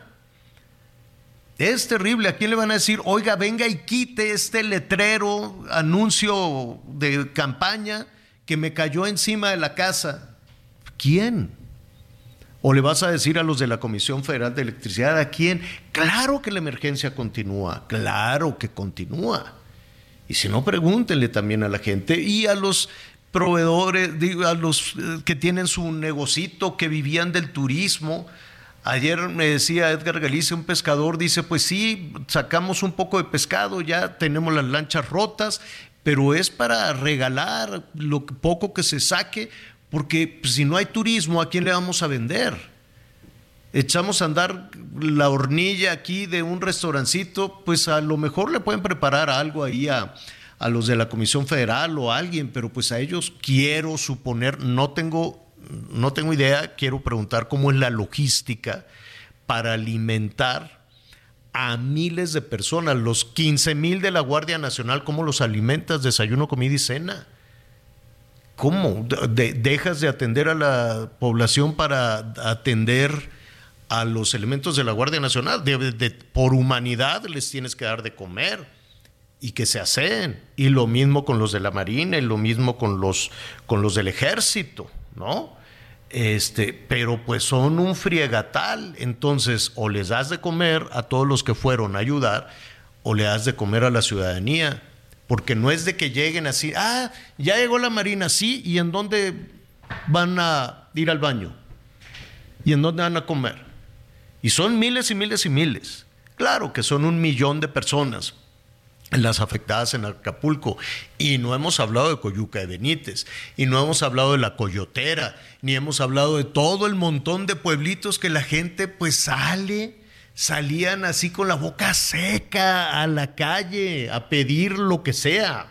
Es terrible. ¿A quién le van a decir, oiga, venga y quite este letrero, anuncio de campaña que me cayó encima de la casa? ¿Quién? ¿O le vas a decir a los de la Comisión Federal de Electricidad a quién? Claro que la emergencia continúa, claro que continúa. Y si no, pregúntenle también a la gente y a los proveedores, digo, a los que tienen su negocito, que vivían del turismo. Ayer me decía Edgar Galicia, un pescador, dice, pues sí, sacamos un poco de pescado, ya tenemos las lanchas rotas, pero es para regalar lo poco que se saque, porque pues, si no hay turismo, ¿a quién le vamos a vender? Echamos a andar la hornilla aquí de un restaurancito, pues a lo mejor le pueden preparar algo ahí a, a los de la Comisión Federal o a alguien, pero pues a ellos quiero suponer, no tengo, no tengo idea, quiero preguntar cómo es la logística para alimentar a miles de personas, los quince mil de la Guardia Nacional, ¿cómo los alimentas? Desayuno, comida y cena. ¿Cómo? De, ¿Dejas de atender a la población para atender a los elementos de la Guardia Nacional? De, de, por humanidad les tienes que dar de comer y que se aseen. Y lo mismo con los de la Marina y lo mismo con los, con los del Ejército, ¿no? Este, pero pues son un friegatal. Entonces, o les das de comer a todos los que fueron a ayudar, o le das de comer a la ciudadanía. Porque no es de que lleguen así, ah, ya llegó la Marina, sí, ¿y en dónde van a ir al baño? ¿Y en dónde van a comer? Y son miles y miles y miles. Claro que son un millón de personas las afectadas en Acapulco. Y no hemos hablado de Coyuca de Benítez, y no hemos hablado de La Coyotera, ni hemos hablado de todo el montón de pueblitos que la gente pues sale... salían así con la boca seca a la calle a pedir lo que sea,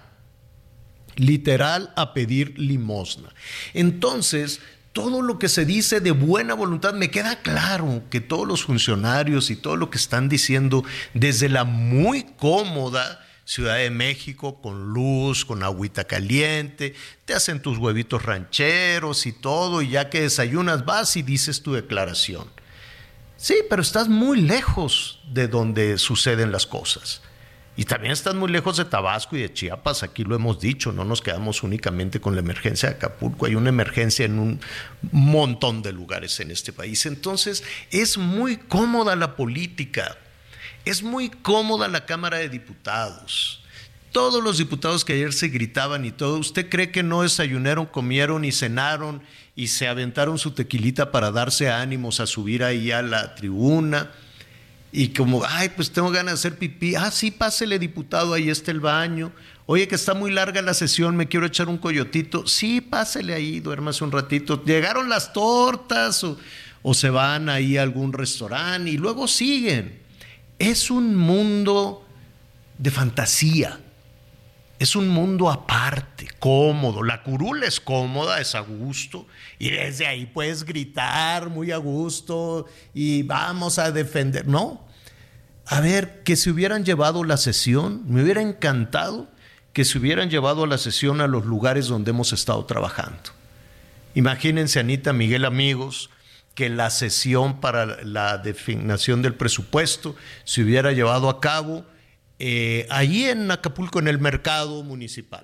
literal a pedir limosna. Entonces, todo lo que se dice de buena voluntad, me queda claro que todos los funcionarios y todo lo que están diciendo desde la muy cómoda Ciudad de México, con luz, con agüita caliente, te hacen tus huevitos rancheros y todo, y ya que desayunas vas y dices tu declaración. Sí, pero estás muy lejos de donde suceden las cosas. Y también estás muy lejos de Tabasco y de Chiapas, aquí lo hemos dicho, no nos quedamos únicamente con la emergencia de Acapulco, hay una emergencia en un montón de lugares en este país. Entonces, es muy cómoda la política, es muy cómoda la Cámara de Diputados. Todos los diputados que ayer se gritaban y todo, ¿usted cree que no desayunaron, comieron y cenaron y se aventaron su tequilita para darse ánimos a subir ahí a la tribuna? Y como, ay, pues tengo ganas de hacer pipí. Ah, sí, pásele, diputado, ahí está el baño. Oye, que está muy larga la sesión, me quiero echar un coyotito. Sí, pásele ahí, duérmase un ratito. Llegaron las tortas o, o se van ahí a algún restaurante y luego siguen. Es un mundo de fantasía. Es un mundo aparte, cómodo. La curul es cómoda, es a gusto. Y desde ahí puedes gritar muy a gusto y vamos a defender. No. A ver, que se hubieran llevado la sesión, me hubiera encantado que se hubieran llevado a la sesión a los lugares donde hemos estado trabajando. Imagínense, Anita, Miguel, amigos, que la sesión para la definición del presupuesto se hubiera llevado a cabo Eh, allí en Acapulco, en el mercado municipal,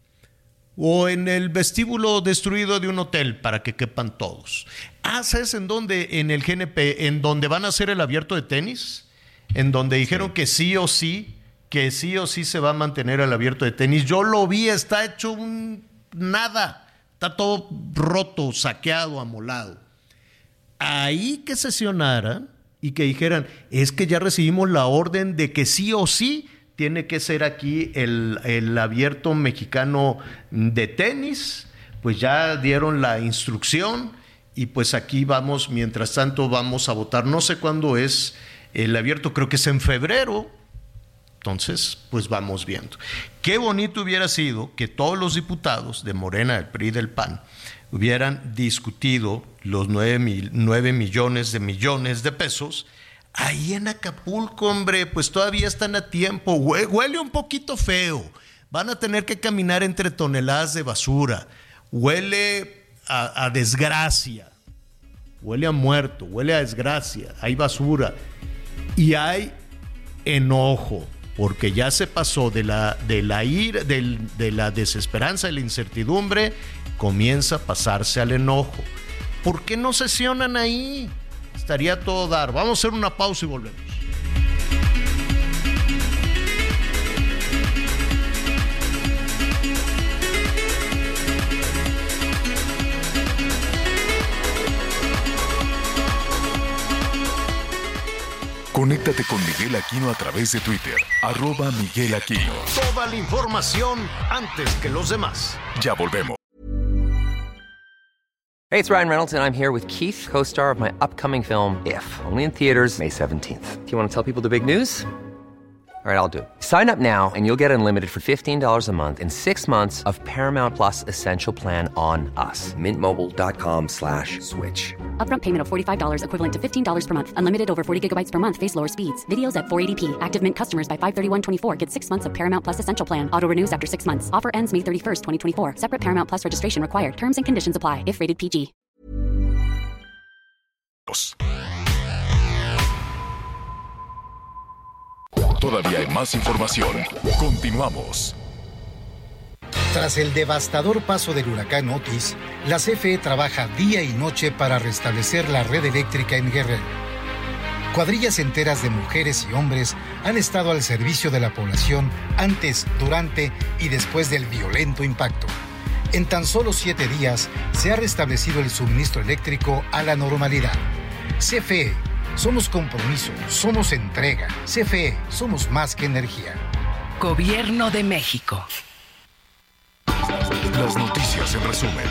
o en el vestíbulo destruido de un hotel para que quepan todos. Ah, ¿sabes en dónde? En el G N P, en donde van a hacer el abierto de tenis, en donde dijeron sí. que sí o sí, que sí o sí se va a mantener el abierto de tenis. Yo lo vi, está hecho un nada, está todo roto, saqueado, amolado. Ahí que sesionaran y que dijeran, es que ya recibimos la orden de que sí o sí tiene que ser aquí el, el Abierto Mexicano de tenis, pues ya dieron la instrucción y pues aquí vamos, mientras tanto vamos a votar, no sé cuándo es el Abierto, creo que es en febrero, entonces pues vamos viendo. Qué bonito hubiera sido que todos los diputados de Morena, del P R I y del P A N hubieran discutido los nueve, mil, nueve millones de millones de pesos ahí en Acapulco, hombre, pues todavía están a tiempo. Huele un poquito feo, van a tener que caminar entre toneladas de basura, huele a, a desgracia, huele a muerto, huele a desgracia, hay basura y hay enojo, porque ya se pasó de la, de la ira, del, de la desesperanza, de la incertidumbre, comienza a pasarse al enojo. ¿Por qué no sesionan ahí? Estaría todo dar. Vamos a hacer una pausa y volvemos. Conéctate con Miguel Aquino a través de Twitter, arroba Miguel Aquino. Toda la información antes que los demás. Ya volvemos. Hey, it's Ryan Reynolds, and I'm here with Keith, co-star of my upcoming film, If, only in theaters May seventeenth. Do you want to tell people the big news? All right, I'll do it. Sign up now and you'll get unlimited for fifteen dollars a month and six months of Paramount Plus Essential Plan on us. Mintmobile.com slash switch. Upfront payment of forty-five dollars equivalent to fifteen dollars per month. Unlimited over forty gigabytes per month. Face lower speeds. Videos at four eighty p. Active Mint customers by five thirty-one twenty-four get six months of Paramount Plus Essential Plan. Auto renews after six months. Offer ends May thirty-first, twenty twenty-four. Separate Paramount Plus registration required. Terms and conditions apply if rated P G. Todavía hay más información. Continuamos. Tras el devastador paso del huracán Otis, la C F E trabaja día y noche para restablecer la red eléctrica en Guerrero. Cuadrillas enteras de mujeres y hombres han estado al servicio de la población antes, durante y después del violento impacto. En tan solo siete días se ha restablecido el suministro eléctrico a la normalidad. C F E, somos compromiso, somos entrega. C F E, somos más que energía. Gobierno de México. Las noticias en resumen.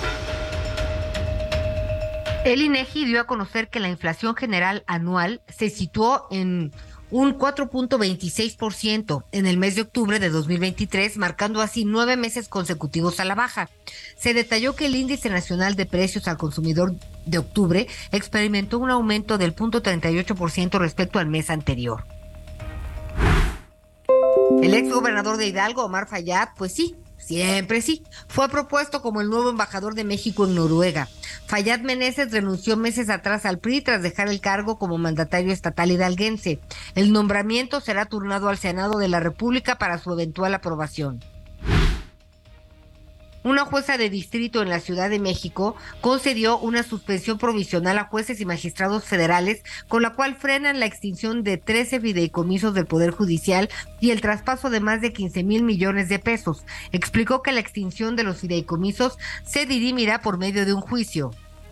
El INEGI dio a conocer que la inflación general anual se situó en un cuatro punto veintiséis por ciento en el mes de octubre de dos mil veintitrés, marcando así nueve meses consecutivos a la baja. Se detalló que el índice nacional de precios al consumidor de octubre experimentó un aumento del cero punto treinta y ocho por ciento respecto al mes anterior. El ex gobernador de Hidalgo, Omar Fayad, pues sí, siempre sí, fue propuesto como el nuevo embajador de México en Noruega. Fayad Meneses renunció meses atrás al P R I tras dejar el cargo como mandatario estatal hidalguense. El nombramiento será turnado al Senado de la República para su eventual aprobación. Una jueza de distrito en la Ciudad de México concedió una suspensión provisional a jueces y magistrados federales, con la cual frenan la extinción de trece fideicomisos del Poder Judicial y el traspaso de más de quince mil millones de pesos. Explicó que la extinción de los fideicomisos se dirimirá por medio de un juicio.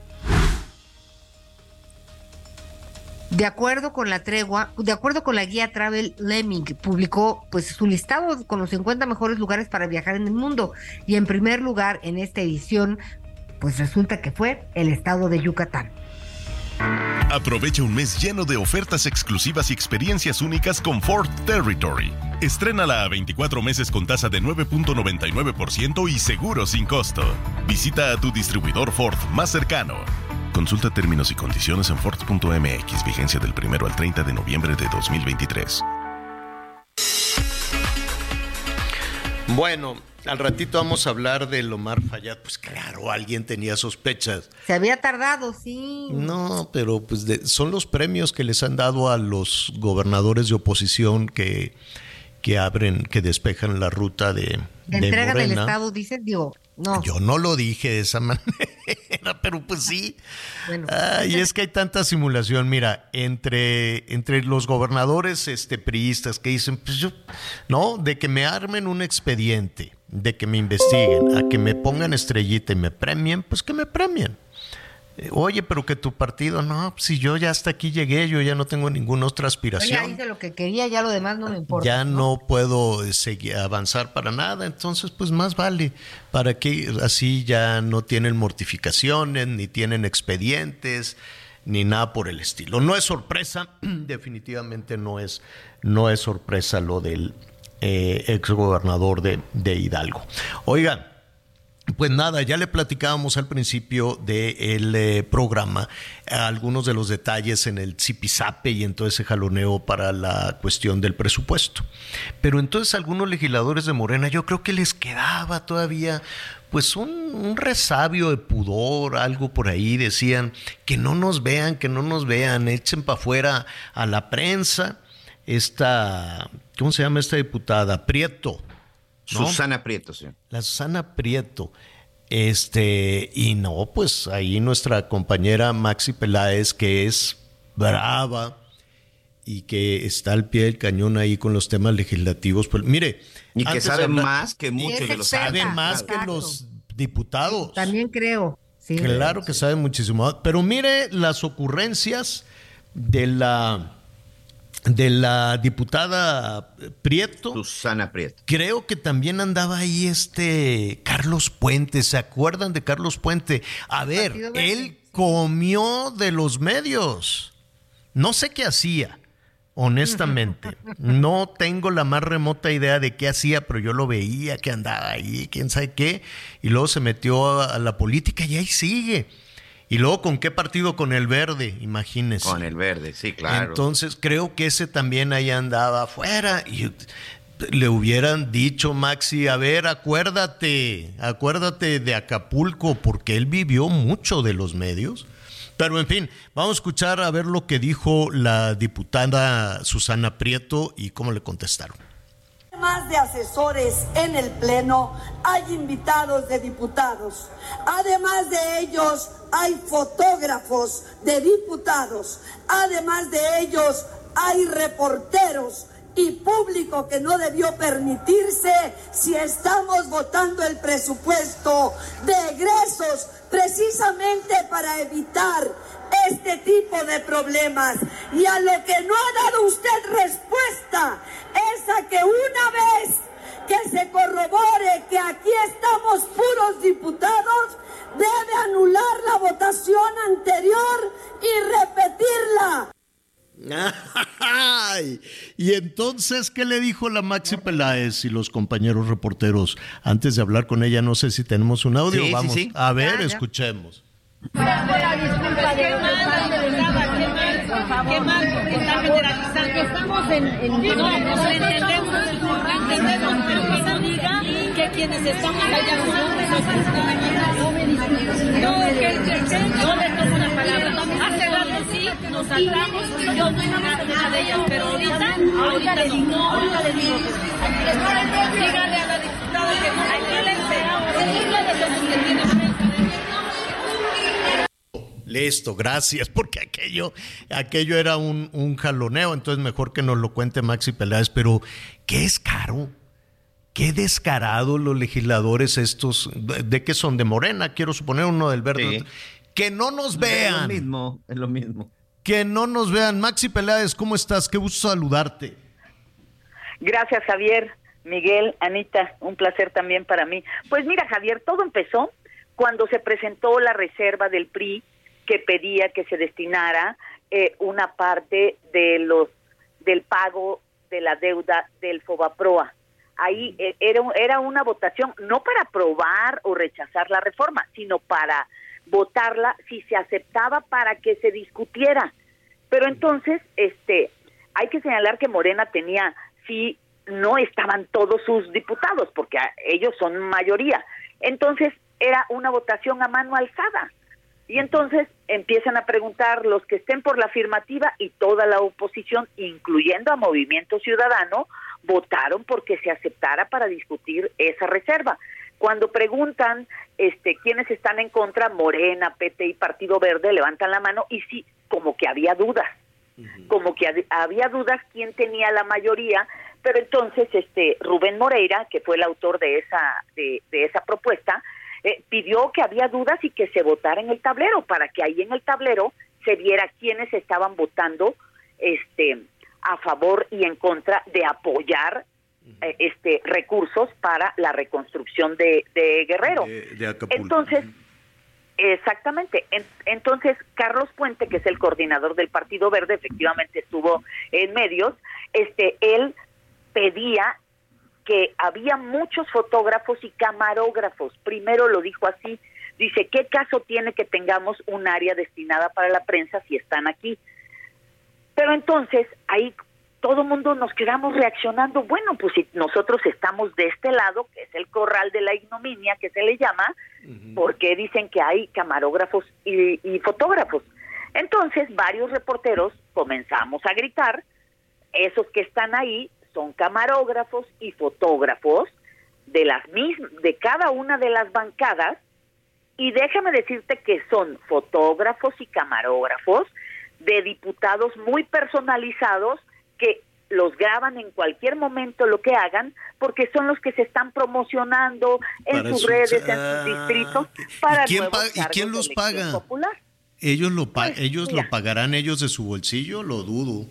De acuerdo con la tregua, de acuerdo con la guía Travel Lemming, publicó pues su listado con los cincuenta mejores lugares para viajar en el mundo. Y en primer lugar en esta edición, pues resulta que fue el estado de Yucatán. Aprovecha un mes lleno de ofertas exclusivas y experiencias únicas con Ford Territory. Estrénala a veinticuatro meses con tasa de nueve punto noventa y nueve por ciento y seguro sin costo. Visita a tu distribuidor Ford más cercano. Consulta términos y condiciones en Ford punto M X. Vigencia del primero al treinta de noviembre de dos mil veintitrés. Bueno, al ratito vamos a hablar del Omar Fayad. Pues claro, alguien tenía sospechas. Se había tardado, sí. No, pero pues de, son los premios que les han dado a los gobernadores de oposición que, que abren, que despejan la ruta de, de entrega Morena. del Estado, dices, digo, no. Yo no lo dije de esa manera, pero pues sí. Bueno. Ay, es que hay tanta simulación. Mira, entre, entre los gobernadores este, priistas que dicen, pues yo, no, de que me armen un expediente, de que me investiguen, a que me pongan estrellita y me premien, pues que me premien. Oye, pero que tu partido, no, pues si yo ya hasta aquí llegué, yo ya no tengo ninguna otra aspiración. Ya hice lo que quería, ya lo demás no me importa. Ya no, no puedo seguir, avanzar para nada, entonces pues más vale, para que así ya no tienen mortificaciones, ni tienen expedientes, ni nada por el estilo. No es sorpresa, definitivamente no es, no es sorpresa lo del eh, exgobernador de, de Hidalgo. Oigan, pues nada, ya le platicábamos al principio del eh, programa algunos de los detalles en el zipizape y en todo ese jaloneo para la cuestión del presupuesto. Pero entonces algunos legisladores de Morena, yo creo que les quedaba todavía pues un, un resabio de pudor, algo por ahí, decían que no nos vean, que no nos vean, echen para afuera a la prensa. Esta, ¿cómo se llama esta diputada? Prieto. ¿No? Susana Prieto, sí. La Susana Prieto. Este, y no, pues ahí nuestra compañera Maxi Peláez, que es brava y que está al pie del cañón ahí con los temas legislativos. Pues mire. Y que sabe hablar, más que muchos de los sabe más que los diputados. También creo. Sí, claro sí. que sabe muchísimo. Pero mire las ocurrencias de la. de la diputada Prieto. Susana Prieto. Creo que también andaba ahí este Carlos Puente. ¿Se acuerdan de Carlos Puente? A ver, él comió de los medios. No sé qué hacía, honestamente. No tengo la más remota idea de qué hacía, pero yo lo veía que andaba ahí, quién sabe qué. Y luego se metió a la política y ahí sigue. Y luego, ¿con qué partido? Con el Verde, imagínese. Con el Verde, sí, claro. Entonces, creo que ese también ahí andaba afuera. Y le hubieran dicho, Maxi, a ver, acuérdate, acuérdate de Acapulco, porque él vivió mucho de los medios. Pero, en fin, vamos a escuchar a ver lo que dijo la diputada Susana Prieto y cómo le contestaron. Además de asesores en el Pleno, hay invitados de diputados. Además de ellos, hay fotógrafos de diputados. Además de ellos, hay reporteros y público que no debió permitirse si estamos votando el presupuesto de egresos precisamente para evitar este tipo de problemas. Y a lo que no ha dado usted respuesta es a que una vez que se corrobore que aquí estamos puros diputados, debe anular la votación anterior y repetirla. Ay, y entonces, ¿qué le dijo la Maxi Peláez y los compañeros reporteros? Antes de hablar con ella, no sé si tenemos un audio. Sí, Vamos sí, sí. a ver, ya, ya. escuchemos. La disculpa de por favor. Qué mal, porque está generalizando. Estamos en... en no, no entendemos, entendemos, pero que no diga que quienes estamos allá son nosotros están aquí. No, que, que, que no le tomo una palabra. Hace rato sí, nos saltamos, yo no tengo una de ellas, pero ahorita, ahorita le digo, ahorita le digo. Dígale a la diputada que no hay violencia, de los que tienen prensa. Listo, gracias, porque aquello, aquello era un, un jaloneo, entonces mejor que nos lo cuente Maxi Peláez, pero qué descaro, qué descarado los legisladores estos, ¿de, de qué son? De Morena, quiero suponer, uno del Verde, sí. Que no nos vean. Es lo mismo, es lo mismo. Que no nos vean. Maxi Peláez, ¿cómo estás? Qué gusto saludarte. Gracias, Javier, Miguel, Anita, un placer también para mí. Pues mira, Javier, todo empezó cuando se presentó la reserva del P R I, que pedía que se destinara eh, una parte de los del pago de la deuda del Fobaproa. Ahí eh, era, era una votación no para aprobar o rechazar la reforma, sino para votarla si se aceptaba para que se discutiera. Pero entonces, este, hay que señalar que Morena tenía, sí, no estaban todos sus diputados, porque a, ellos son mayoría. Entonces, era una votación a mano alzada. Y entonces empiezan a preguntar los que estén por la afirmativa y toda la oposición, incluyendo a Movimiento Ciudadano, votaron porque se aceptara para discutir esa reserva. Cuando preguntan este quiénes están en contra, Morena, P T y Partido Verde levantan la mano y sí, como que había dudas, uh-huh. como que hab- había dudas quién tenía la mayoría, pero entonces este Rubén Moreira, que fue el autor de esa de, de esa propuesta, eh, pidió que había dudas y que se votara en el tablero, para que ahí en el tablero se viera quiénes estaban votando este a favor y en contra de apoyar eh, este recursos para la reconstrucción de, de Guerrero. De, de Acapulco. Entonces, exactamente. En, entonces, Carlos Puente, que es el coordinador del Partido Verde, efectivamente estuvo en medios, este, él pedía que había muchos fotógrafos y camarógrafos. Primero lo dijo así, dice, ¿qué caso tiene que tengamos un área destinada para la prensa si están aquí? Pero entonces, ahí todo el mundo nos quedamos reaccionando, bueno, pues si nosotros estamos de este lado, que es el corral de la ignominia, que se le llama, uh-huh. ¿por qué dicen que hay camarógrafos y, y fotógrafos? Entonces, varios reporteros comenzamos a gritar, esos que están ahí son camarógrafos y fotógrafos de las mismas, de cada una de las bancadas, y déjame decirte que son fotógrafos y camarógrafos de diputados muy personalizados que los graban en cualquier momento lo que hagan, porque son los que se están promocionando en para sus su, redes, ah, en sus distritos, para ¿y quién, nuevos pa- ¿y quién los paga? Popular. ¿Ellos, lo, pa- Pues, ellos mira, lo pagarán ellos de su bolsillo? Lo dudo.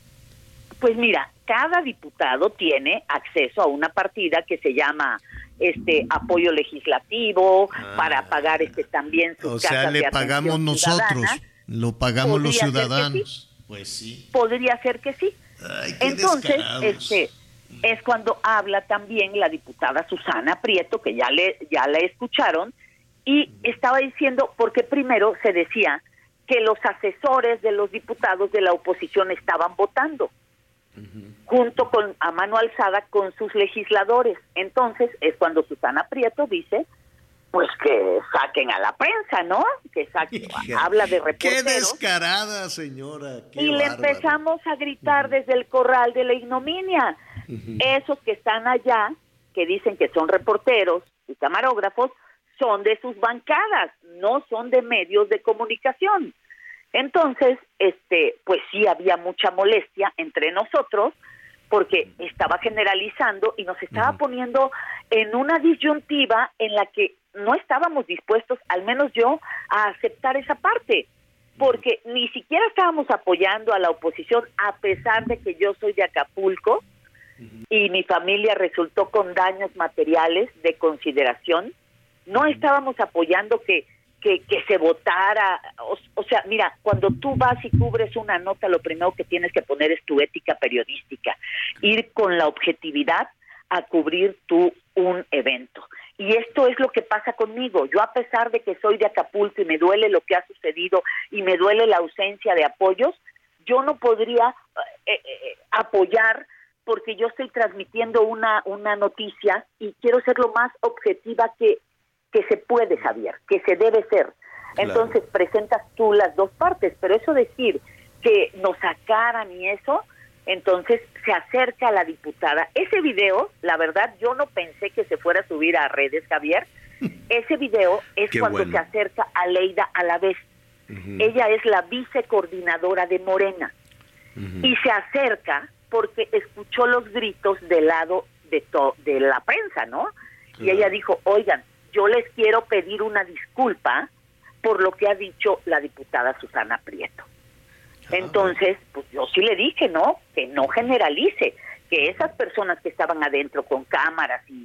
Pues mira, cada diputado tiene acceso a una partida que se llama este apoyo legislativo, ah, para pagar este también sus o casas sea, le de pagamos atención nosotros, ciudadana. lo pagamos los Podría ser que ciudadanos. sí. Pues sí. Podría ser que sí. Ay, qué Entonces, descarados. este es cuando habla también la diputada Susana Prieto, que ya le ya la escucharon, y estaba diciendo, porque primero se decía que los asesores de los diputados de la oposición estaban votando, uh-huh. junto con a mano alzada con sus legisladores. Entonces es cuando Susana Prieto dice, pues que saquen a la prensa, ¿no? Que saquen, habla de reporteros. ¡Qué descarada, señora! Qué y le bárbaro. empezamos a gritar uh-huh. desde el corral de la ignominia. Uh-huh. Esos que están allá, que dicen que son reporteros y camarógrafos, son de sus bancadas, no son de medios de comunicación. Entonces, este, pues sí había mucha molestia entre nosotros, porque estaba generalizando y nos estaba uh-huh. poniendo en una disyuntiva en la que no estábamos dispuestos, al menos yo, a aceptar esa parte, porque ni siquiera estábamos apoyando a la oposición, a pesar de que yo soy de Acapulco uh-huh. y mi familia resultó con daños materiales de consideración. No estábamos apoyando que Que, que se votara, o, o sea, mira, cuando tú vas y cubres una nota, lo primero que tienes que poner es tu ética periodística, ir con la objetividad a cubrir tú un evento. Y esto es lo que pasa conmigo. Yo, a pesar de que soy de Acapulco y me duele lo que ha sucedido y me duele la ausencia de apoyos, yo no podría eh, eh, apoyar, porque yo estoy transmitiendo una, una noticia y quiero ser lo más objetiva que que se puede, Javier, que se debe ser. Entonces claro. presentas tú las dos partes, pero eso decir que nos sacaran y eso, entonces se acerca a la diputada. Ese video, la verdad, yo no pensé que se fuera a subir a redes, Javier. Ese video es Qué cuando bueno. se acerca a Leida Alavés. Uh-huh. Ella es la vicecoordinadora de Morena. Uh-huh. Y se acerca porque escuchó los gritos del lado de, to- de la prensa, ¿no? Uh-huh. Y ella dijo, oigan, yo les quiero pedir una disculpa por lo que ha dicho la diputada Susana Prieto. Entonces, pues yo sí le dije, ¿no? Que no generalice, que esas personas que estaban adentro con cámaras y,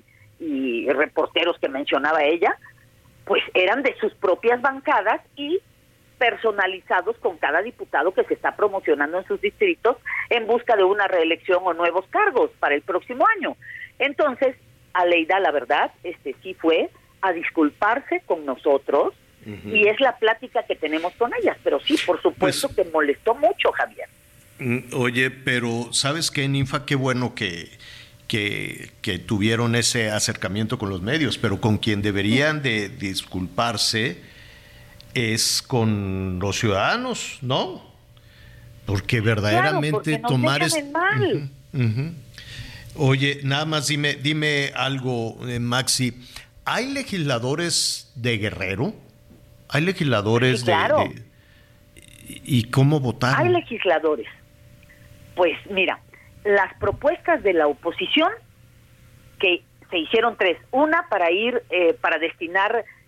y reporteros que mencionaba ella, pues eran de sus propias bancadas y personalizados con cada diputado que se está promocionando en sus distritos en busca de una reelección o nuevos cargos para el próximo año. Entonces, Aleida, la verdad, este sí fue a disculparse con nosotros uh-huh. y es la plática que tenemos con ellas, pero sí, por supuesto pues, que molestó mucho, Javier. Oye, pero ¿sabes qué, Ninfa? Qué bueno que, que, que tuvieron ese acercamiento con los medios, pero con quien deberían de disculparse es con los ciudadanos, ¿no? Porque verdaderamente claro, porque nos tomar dejan es... en mal. Uh-huh, uh-huh. Oye, nada más dime, dime algo, eh, Maxi. ¿Hay legisladores de Guerrero? ¿Hay legisladores sí, claro. de, de... ¿Y cómo votaron? Hay legisladores. Pues mira, las propuestas de la oposición, que se hicieron tres. Una para ir, eh, para destinar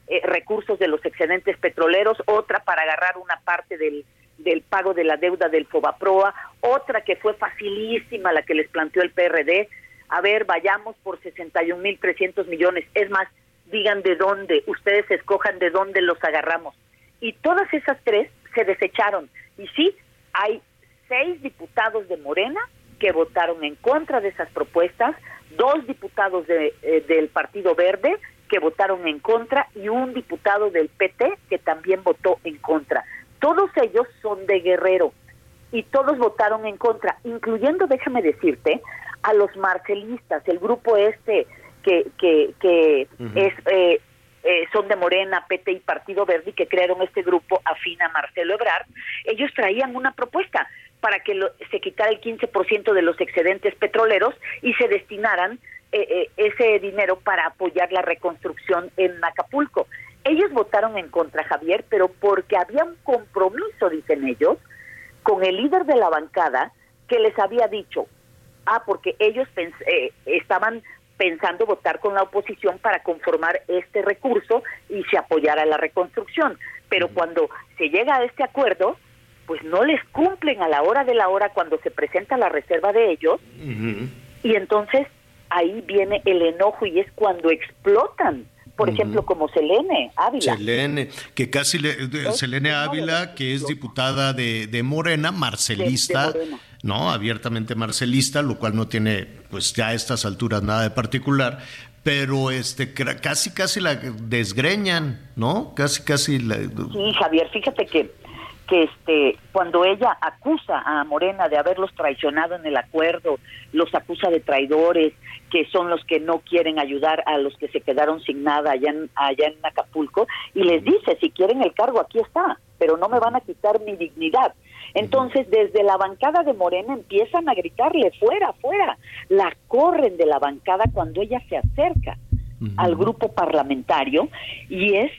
eh, recursos de los excedentes petroleros, otra para agarrar una parte del, del pago de la deuda del Fobaproa, otra que fue facilísima, la que les planteó el P R D, a ver, vayamos por sesenta y un mil trescientos millones, es más, digan de dónde, ustedes escojan de dónde los agarramos. Y todas esas tres se desecharon. Y sí, hay seis diputados de Morena que votaron en contra de esas propuestas, dos diputados de, eh, del Partido Verde que votaron en contra y un diputado del P T que también votó en contra. Todos ellos son de Guerrero y todos votaron en contra, incluyendo, déjame decirte, a los marcelistas, el grupo este que que, que uh-huh. es eh, eh, son de Morena, P T y Partido Verde, y que crearon este grupo afín a Marcelo Ebrard. Ellos traían una propuesta para que lo, se quitara el quince por ciento de los excedentes petroleros y se destinaran eh, eh, ese dinero para apoyar la reconstrucción en Acapulco. Ellos votaron en contra, Javier, pero porque había un compromiso, dicen ellos, con el líder de la bancada que les había dicho, ah, porque ellos pens- eh, estaban pensando votar con la oposición para conformar este recurso y se apoyara la reconstrucción. Pero cuando se llega a este acuerdo, pues no les cumplen a la hora de la hora cuando se presenta la reserva de ellos, uh-huh. y entonces ahí viene el enojo y es cuando explotan. Por uh-huh. ejemplo, como Selene Ávila. Selene, que casi le, de, Selene Ávila, que es diputada de, de Morena, marcelista, de, de Morena. No, abiertamente marcelista, lo cual no tiene, pues ya a estas alturas nada de particular, pero este casi casi la desgreñan, ¿no? Casi casi la... Sí, Javier, fíjate que que este cuando ella acusa a Morena de haberlos traicionado en el acuerdo, los acusa de traidores, que son los que no quieren ayudar a los que se quedaron sin nada allá en, allá en Acapulco, y les dice, si quieren el cargo, aquí está, pero no me van a quitar mi dignidad. Entonces, desde la bancada de Morena empiezan a gritarle, fuera, fuera, la corren de la bancada cuando ella se acerca uh-huh. al grupo parlamentario, y es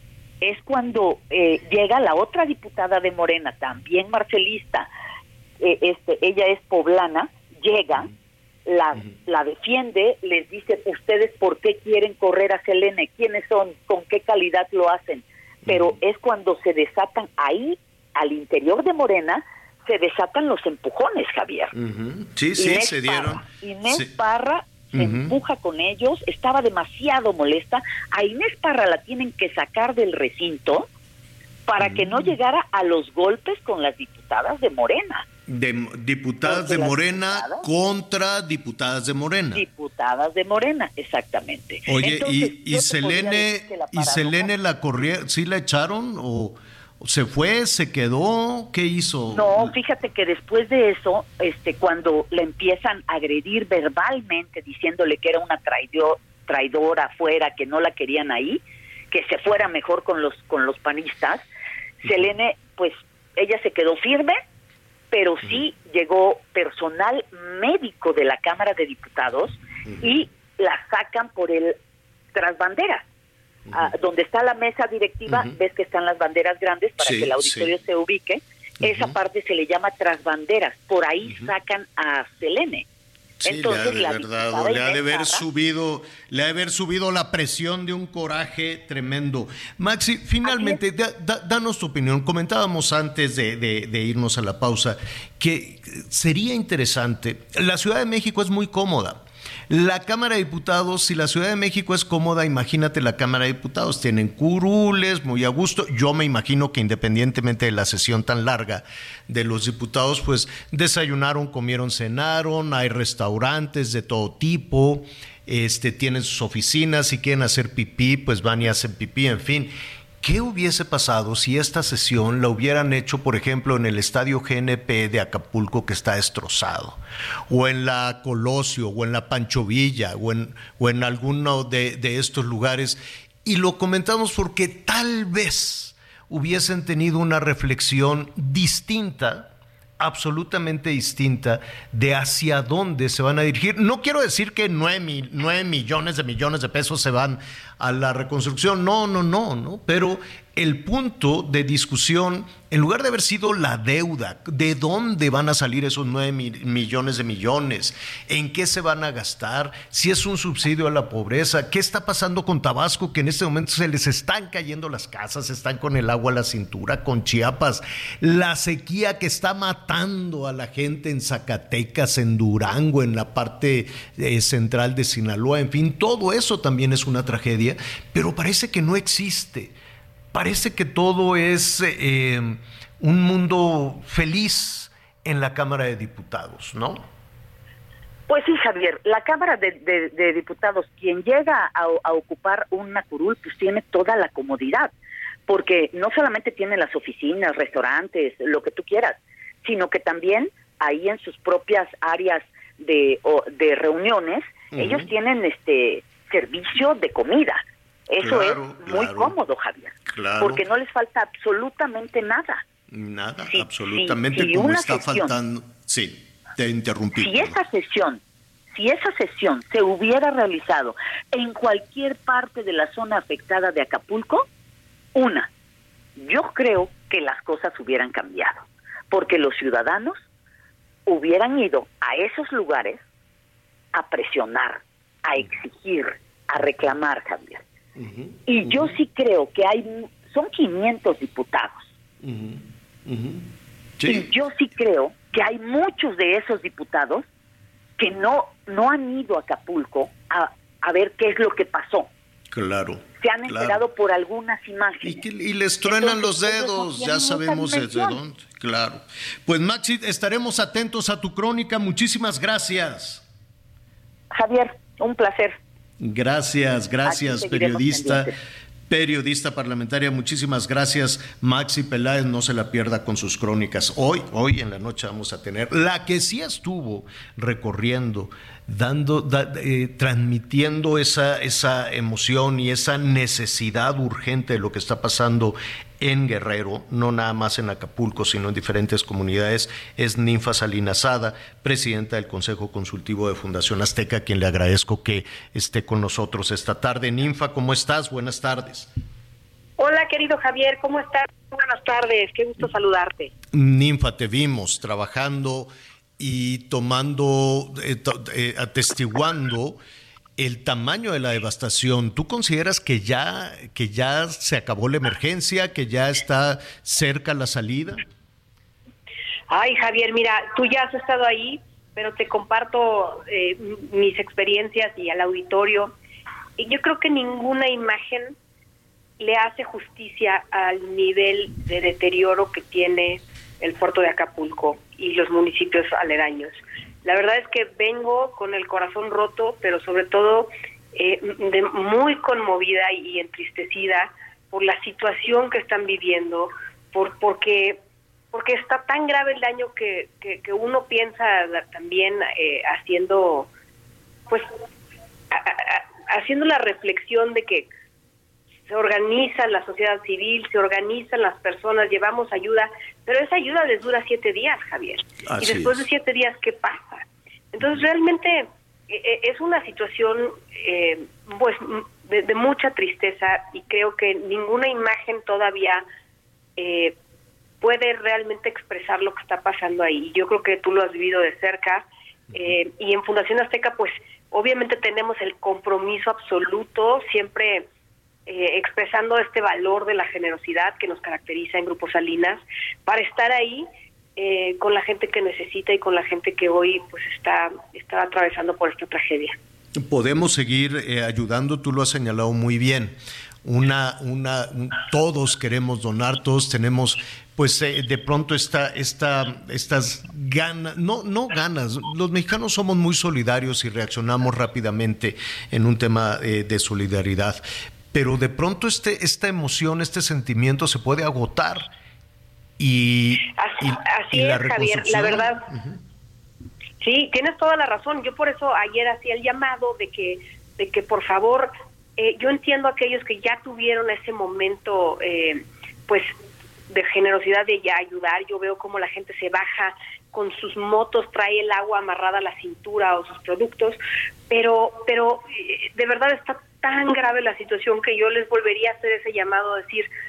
es cuando eh, llega la otra diputada de Morena, también marcelista, eh, este, ella es poblana, llega, la, uh-huh. la defiende, les dice, ustedes por qué quieren correr a Selene, quiénes son, con qué calidad lo hacen, pero uh-huh. es cuando se desatan ahí, al interior de Morena, se desatan los empujones, Javier. Uh-huh. Sí, sí, Inés se dieron. Parra, Inés sí. Parra se uh-huh. empuja con ellos, estaba demasiado molesta. A Inés Parra la tienen que sacar del recinto para uh-huh. que no llegara a los golpes con las diputadas de Morena. De diputadas Porque de Morena diputadas, contra diputadas de Morena. Diputadas de Morena, exactamente. Oye, Entonces, y, y Selene, la y Selene la corrieron, ¿sí la echaron o...? ¿Se fue? ¿Se quedó? ¿Qué hizo? No, fíjate que después de eso, este, cuando le empiezan a agredir verbalmente, diciéndole que era una traidor, traidora afuera, que no la querían ahí, que se fuera mejor con los con los panistas, uh-huh. Selene, pues, ella se quedó firme, pero sí uh-huh. llegó personal médico de la Cámara de Diputados uh-huh. y la sacan por el tras banderas. Uh-huh. Ah, donde está la mesa directiva, uh-huh. ves que están las banderas grandes para sí, que el auditorio sí. se ubique, uh-huh. esa parte se le llama tras banderas, por ahí uh-huh. sacan a Selene. Sí, Entonces, le ha de, verdad, le ha de haber subido, le ha de haber subido la presión de un coraje tremendo. Maxi, finalmente, da, da, danos tu opinión. Comentábamos antes de, de, de irnos a la pausa que sería interesante. La Ciudad de México es muy cómoda. La Cámara de Diputados, si la Ciudad de México es cómoda, imagínate la Cámara de Diputados, tienen curules, muy a gusto. Yo me imagino que independientemente de la sesión tan larga de los diputados, pues desayunaron, comieron, cenaron, hay restaurantes de todo tipo, este, tienen sus oficinas, si quieren hacer pipí, pues van y hacen pipí, en fin. ¿Qué hubiese pasado si esta sesión la hubieran hecho, por ejemplo, en el estadio G N P de Acapulco, que está destrozado, o en la Colosio, o en la Pancho Villa, o en, o en alguno de, de estos lugares? Y lo comentamos porque tal vez hubiesen tenido una reflexión distinta, absolutamente distinta, de hacia dónde se van a dirigir. No quiero decir que nueve, mil, nueve millones de millones de pesos se van a la reconstrucción, no, no, no, no, pero el punto de discusión, en lugar de haber sido la deuda, ¿de dónde van a salir esos nueve mil millones de millones? ¿En qué se van a gastar? ¿Si es un subsidio a la pobreza? ¿Qué está pasando con Tabasco, que en este momento se les están cayendo las casas, están con el agua a la cintura, con Chiapas? La sequía que está matando a la gente en Zacatecas, en Durango, en la parte eh, central de Sinaloa, en fin, todo eso también es una tragedia, pero parece que no existe. Parece que todo es eh, un mundo feliz en la Cámara de Diputados, ¿no? Pues sí, Javier, la Cámara de, de, de Diputados, quien llega a, a ocupar una curul, pues tiene toda la comodidad, porque no solamente tiene las oficinas, restaurantes, lo que tú quieras, sino que también ahí en sus propias áreas de, o, de reuniones, uh-huh. ellos tienen este servicio de comida. Eso claro, es muy claro, cómodo, Javier, claro. porque no les falta absolutamente nada. Nada, si, absolutamente, si, si como está sesión, faltando. Sí, te interrumpí. Si esa sesión, si esa sesión se hubiera realizado en cualquier parte de la zona afectada de Acapulco, una, yo creo que las cosas hubieran cambiado, porque los ciudadanos hubieran ido a esos lugares a presionar, a exigir, a reclamar, Javier. Uh-huh, y uh-huh. yo sí creo que hay, son quinientos diputados. Uh-huh, uh-huh. Sí. Y yo sí creo que hay muchos de esos diputados que no, no han ido a Acapulco a, a ver qué es lo que pasó. Claro. Se han claro. enterado por algunas imágenes. Y, que, y les truenan Entonces, los dedos, no ya sabemos desde dónde. Claro. Pues Maxi, estaremos atentos a tu crónica. Muchísimas gracias. Javier, un placer. Gracias, gracias, periodista, periodista parlamentaria, muchísimas gracias, Maxi Peláez, no se la pierda con sus crónicas. Hoy, hoy en la noche vamos a tener la que sí estuvo recorriendo, dando, da, eh, transmitiendo esa, esa emoción y esa necesidad urgente de lo que está pasando en Guerrero, no nada más en Acapulco, sino en diferentes comunidades, es Ninfa Salinas Sada, presidenta del Consejo Consultivo de Fundación Azteca, a quien le agradezco que esté con nosotros esta tarde. Ninfa, ¿cómo estás? Buenas tardes. Hola, querido Javier, ¿cómo estás? Buenas tardes, qué gusto saludarte. Ninfa, te vimos trabajando y tomando, eh, to, eh, atestiguando el tamaño de la devastación. ¿Tú consideras que ya, que ya se acabó la emergencia, que ya está cerca la salida? Ay, Javier, mira, tú ya has estado ahí, pero te comparto eh, mis experiencias y al auditorio. Y yo creo que ninguna imagen le hace justicia al nivel de deterioro que tiene el puerto de Acapulco y los municipios aledaños. La verdad es que vengo con el corazón roto, pero sobre todo eh, de, muy conmovida y entristecida por la situación que están viviendo, por porque porque está tan grave el daño que, que, que uno piensa también eh, haciendo pues a, a, haciendo la reflexión de que se organiza la sociedad civil, se organizan las personas, llevamos ayuda, pero esa ayuda les dura siete días, Javier. Así y después es. de siete días, ¿qué pasa? Entonces, realmente eh, es una situación eh, pues de, de mucha tristeza y creo que ninguna imagen todavía eh, puede realmente expresar lo que está pasando ahí. Yo creo que tú lo has vivido de cerca eh, y en Fundación Azteca, pues obviamente tenemos el compromiso absoluto, siempre Eh, expresando este valor de la generosidad que nos caracteriza en Grupo Salinas, para estar ahí eh, con la gente que necesita y con la gente que hoy pues está, está atravesando por esta tragedia. Podemos seguir eh, ayudando, tú lo has señalado muy bien. Una, una, todos queremos donar, todos tenemos, pues eh, de pronto esta, esta, estas ganas, no, no ganas. Los mexicanos somos muy solidarios y reaccionamos rápidamente en un tema eh, de solidaridad. Pero de pronto este esta emoción, este sentimiento se puede agotar y, así, y, así y es, la Javier, la verdad. Uh-huh. Sí, tienes toda la razón. Yo por eso ayer hacía el llamado de que, de que por favor, eh, yo entiendo a aquellos que ya tuvieron ese momento, eh, pues, de generosidad de ya ayudar. Yo veo cómo la gente se baja con sus motos, trae el agua amarrada a la cintura o sus productos, pero, pero eh, de verdad está tan grave la situación que yo les volvería a hacer ese llamado a decir,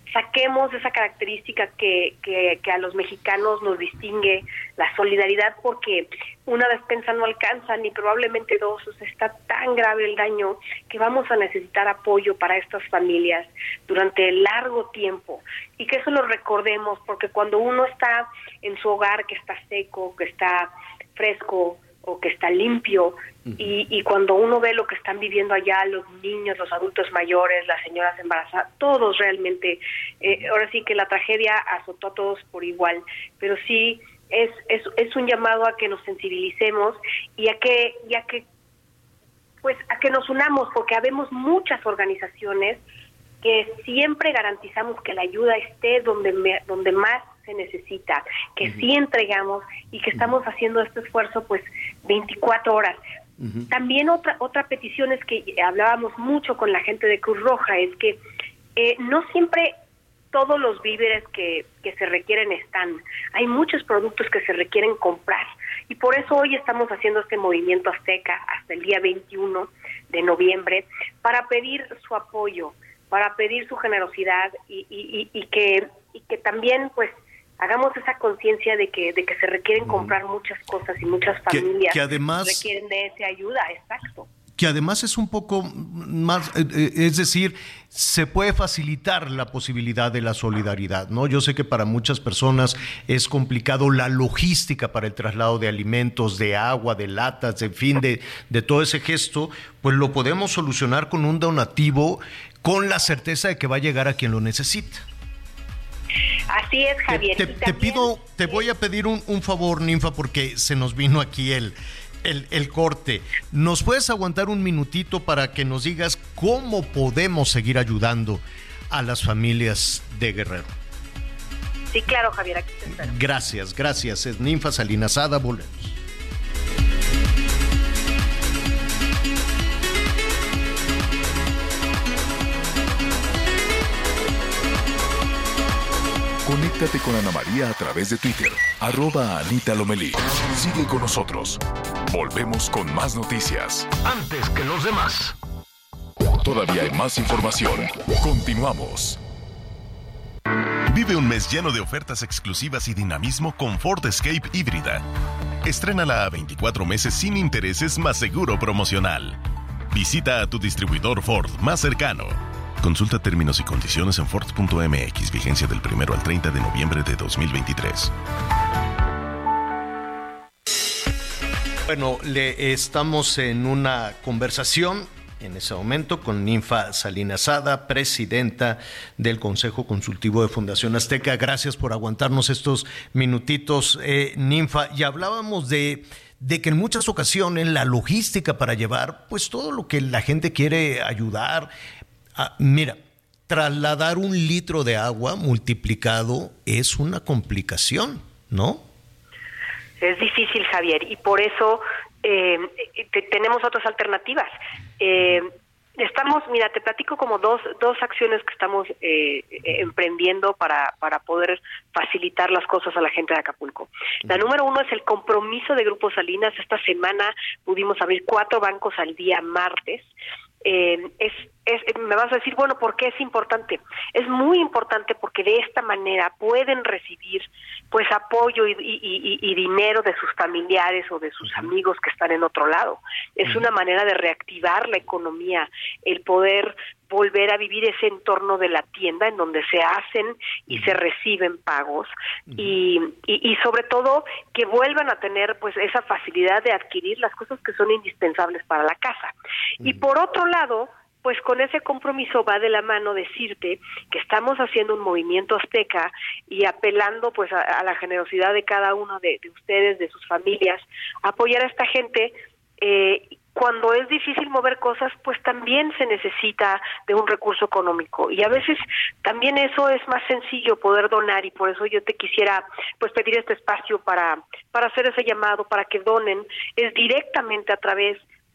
saquemos esa característica que, que, que a los mexicanos nos distingue, la solidaridad, porque una despensa no alcanza, ni probablemente dos. O sea, está tan grave el daño que vamos a necesitar apoyo para estas familias durante largo tiempo, y que eso lo recordemos, porque cuando uno está en su hogar, que está seco, que está fresco o que está limpio, y, y cuando uno ve lo que están viviendo allá los niños, los adultos mayores, las señoras embarazadas, todos realmente, eh, ahora sí que la tragedia azotó a todos por igual, pero sí es, es, es un llamado a que nos sensibilicemos y a que, y a que, pues, a que nos unamos, porque habemos muchas organizaciones que siempre garantizamos que la ayuda esté donde, me, donde más se necesita, que uh-huh. sí entregamos y que estamos haciendo este esfuerzo pues veinticuatro horas. Uh-huh. También otra otra petición es que hablábamos mucho con la gente de Cruz Roja, es que eh, no siempre todos los víveres que, que se requieren están. Hay muchos productos que se requieren comprar, y por eso hoy estamos haciendo este movimiento azteca hasta el día veintiuno de noviembre para pedir su apoyo, para pedir su generosidad y, y, y, y que y que también pues hagamos esa conciencia de que de que se requieren comprar muchas cosas y muchas familias que, que además requieren de esa ayuda, exacto. Que además es un poco más, eh, es decir, se puede facilitar la posibilidad de la solidaridad, ¿no? Yo sé que para muchas personas es complicado la logística para el traslado de alimentos, de agua, de latas, en fin, de, de todo ese gesto, pues lo podemos solucionar con un donativo, con la certeza de que va a llegar a quien lo necesita. Así es, Javier. Te, te, te pido, te voy a pedir un, un favor, Ninfa, porque se nos vino aquí el, el, el corte. ¿Nos puedes aguantar un minutito para que nos digas cómo podemos seguir ayudando a las familias de Guerrero? Sí, claro, Javier, aquí te espero. Gracias, gracias. Es Ninfa Salinas Ada, volvemos. Conéctate con Ana María a través de Twitter, arroba Anita Lomelí. Sigue con nosotros. Volvemos con más noticias. Antes que los demás. Todavía hay más información. Continuamos. Vive un mes lleno de ofertas exclusivas y dinamismo con Ford Escape híbrida. Estrénala a veinticuatro meses sin intereses más seguro promocional. Visita a tu distribuidor Ford más cercano. Consulta términos y condiciones en Ford punto M X, vigencia del primero al treinta de noviembre de dos mil veintitrés. Bueno, le estamos en una conversación en ese momento con Ninfa Salinas Ada, presidenta del Consejo Consultivo de Fundación Azteca. Gracias por aguantarnos estos minutitos, eh, Ninfa. Y hablábamos de, de que en muchas ocasiones la logística para llevar pues todo lo que la gente quiere ayudar. Ah, mira, trasladar un litro de agua multiplicado es una complicación, ¿no? Es difícil, Javier, y por eso eh, te, tenemos otras alternativas. Eh, estamos, mira, te platico como dos dos acciones que estamos eh, emprendiendo para, para poder facilitar las cosas a la gente de Acapulco. La número uno es el compromiso de Grupo Salinas. Esta semana pudimos abrir cuatro bancos al día martes. Eh, es, es, me vas a decir, bueno, ¿por qué es importante? Es muy importante porque de esta manera pueden recibir pues apoyo y, y, y, y dinero de sus familiares o de sus amigos que están en otro lado. Es una manera de reactivar la economía, el poder volver a vivir ese entorno de la tienda en donde se hacen y se reciben pagos y, y, y sobre todo que vuelvan a tener pues esa facilidad de adquirir las cosas que son indispensables para la casa. Y por otro lado, pues con ese compromiso va de la mano decirte que estamos haciendo un movimiento azteca y apelando pues a, a la generosidad de cada uno de, de ustedes, de sus familias, apoyar a esta gente. Eh, cuando es difícil mover cosas, pues también se necesita de un recurso económico y a veces también eso es más sencillo poder donar, y por eso yo te quisiera pues pedir este espacio para para hacer ese llamado, para que donen. Es directamente a través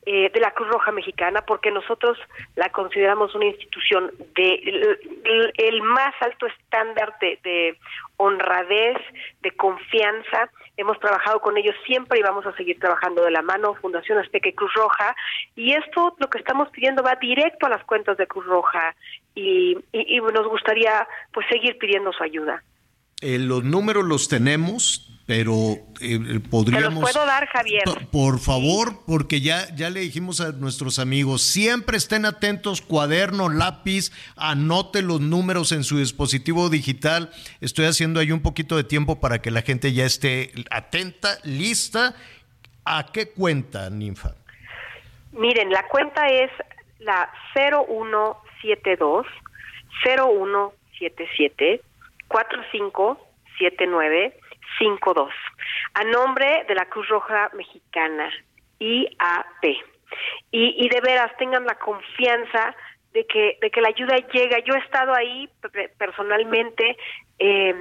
eh, de la Cruz Roja Mexicana, porque nosotros la consideramos una institución de el, el más alto estándar de, de honradez, de confianza. Hemos trabajado con ellos siempre y vamos a seguir trabajando de la mano, Fundación Azteca y Cruz Roja, y esto lo que estamos pidiendo va directo a las cuentas de Cruz Roja y, y, y nos gustaría pues seguir pidiendo su ayuda. Eh, los números los tenemos, pero eh, podríamos... ¿Te los puedo dar, Javier? Por favor, porque ya, ya le dijimos a nuestros amigos, siempre estén atentos, cuaderno, lápiz, anote los números en su dispositivo digital. Estoy haciendo ahí un poquito de tiempo para que la gente ya esté atenta, lista. ¿A qué cuenta, Ninfa? Miren, la cuenta es la cero uno siete dos cero uno siete siete cuatro cinco siete nueve cinco dos, a nombre de la Cruz Roja Mexicana, I A P. Y, y de veras tengan la confianza de que de que la ayuda llega. Yo he estado ahí personalmente, eh,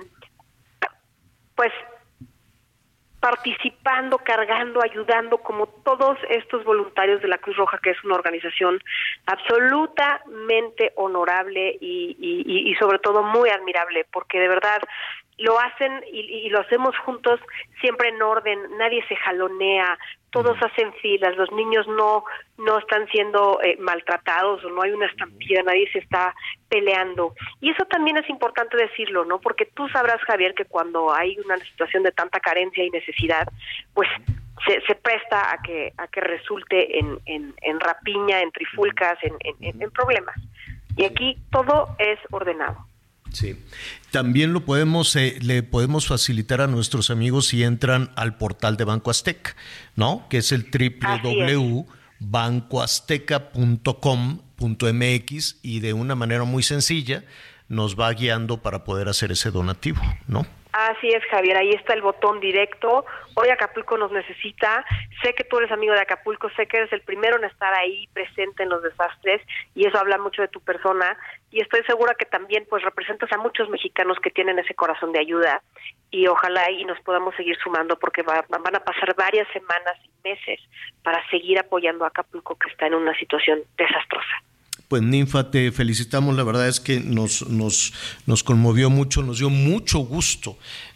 pues participando, cargando, ayudando, como todos estos voluntarios de la Cruz Roja, que es una organización absolutamente honorable y, y, y sobre todo muy admirable, porque de verdad lo hacen y, y lo hacemos juntos, siempre en orden, nadie se jalonea, todos hacen filas, los niños no no están siendo eh, maltratados, o no hay una estampida, nadie se está peleando. Y eso también es importante decirlo, ¿no? Porque tú sabrás, Javier, que cuando hay una situación de tanta carencia y necesidad, pues se, se presta a que a que resulte en, en, en rapiña, en trifulcas, en, en, en problemas. Y aquí todo es ordenado. Sí, también lo podemos, eh, le podemos facilitar a nuestros amigos si entran al portal de Banco Azteca, ¿no? Que es el doble u doble u doble u punto banco azteca punto com punto m x y de una manera muy sencilla nos va guiando para poder hacer ese donativo, ¿no? Así es, Javier, ahí está el botón directo. Hoy Acapulco nos necesita. Sé que tú eres amigo de Acapulco, sé que eres el primero en estar ahí presente en los desastres y eso habla mucho de tu persona y estoy segura que también pues representas a muchos mexicanos que tienen ese corazón de ayuda y ojalá y nos podamos seguir sumando porque va, van a pasar varias semanas y meses para seguir apoyando a Acapulco, que está en una situación desastrosa. Pues Ninfa, te felicitamos, la verdad es que nos nos nos conmovió mucho, nos dio mucho gusto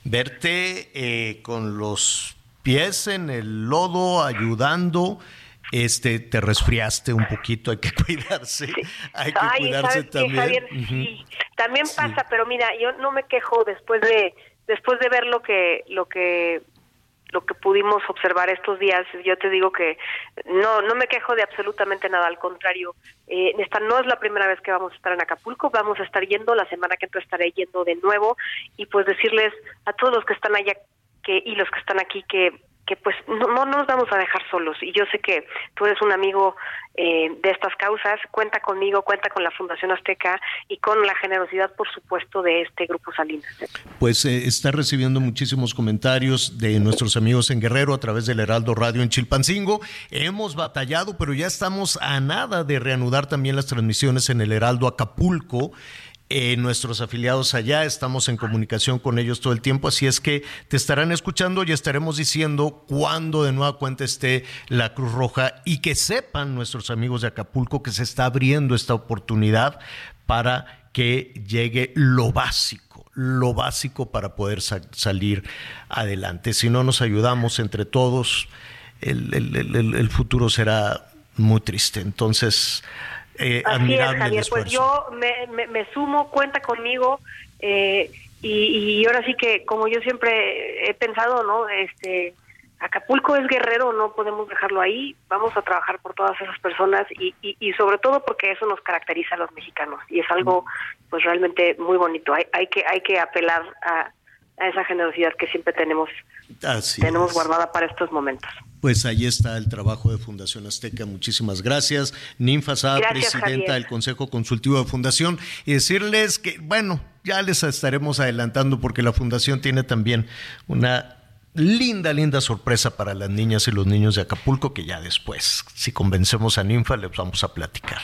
verte eh, con los pies en el lodo, ayudando. Este, te resfriaste un poquito, hay que cuidarse, sí. hay que Ay, cuidarse ¿sabes también. Qué, Javier? Uh-huh. Sí, también sí. pasa, pero mira, yo no me quejo después de después de ver lo que lo que lo que pudimos observar estos días. Yo te digo que no no me quejo de absolutamente nada, al contrario, eh, esta no es la primera vez que vamos a estar en Acapulco, vamos a estar yendo, la semana que entra estaré yendo de nuevo, y pues decirles a todos los que están allá que y los que están aquí que que pues no, no nos vamos a dejar solos, y yo sé que tú eres un amigo eh, de estas causas. Cuenta conmigo, cuenta con la Fundación Azteca y con la generosidad, por supuesto, de este Grupo Salinas. Pues eh, está recibiendo muchísimos comentarios de nuestros amigos en Guerrero a través del Heraldo Radio en Chilpancingo. Hemos batallado, pero ya estamos a nada de reanudar también las transmisiones en el Heraldo Acapulco. Eh, nuestros afiliados allá, estamos en comunicación con ellos todo el tiempo, así es que te estarán escuchando y estaremos diciendo cuándo de nueva cuenta esté la Cruz Roja, y que sepan nuestros amigos de Acapulco que se está abriendo esta oportunidad para que llegue lo básico, lo básico para poder sa- salir adelante. Si no nos ayudamos entre todos, el, el, el, el futuro será muy triste. Entonces, Eh, Así es, Javier, pues yo me, me, me sumo, cuenta conmigo, eh, y, y ahora sí que, como yo siempre he pensado, ¿no? Este, Acapulco es Guerrero, no podemos dejarlo ahí, vamos a trabajar por todas esas personas y, y, y sobre todo porque eso nos caracteriza a los mexicanos y es algo pues realmente muy bonito. Hay, hay que hay que apelar a, a esa generosidad que siempre tenemos, Así tenemos es. guardada para estos momentos. Pues ahí está el trabajo de Fundación Azteca. Muchísimas gracias. Ninfa Saad, presidenta Javier. del Consejo Consultivo de Fundación. Y decirles que, bueno, ya les estaremos adelantando porque la Fundación tiene también una linda, linda sorpresa para las niñas y los niños de Acapulco, que ya después, si convencemos a Ninfa, les vamos a platicar.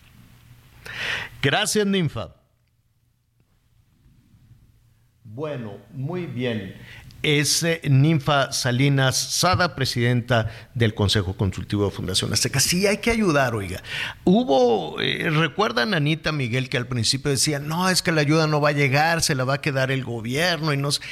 Gracias, Ninfa. Bueno, muy bien. es eh, Ninfa Salinas Sada, presidenta del Consejo Consultivo de Fundación Azteca. Sí, hay que ayudar, oiga. Hubo, eh, recuerdan, Anita, Miguel, que al principio decían, no, es que la ayuda no va a llegar, se la va a quedar el gobierno y no sé.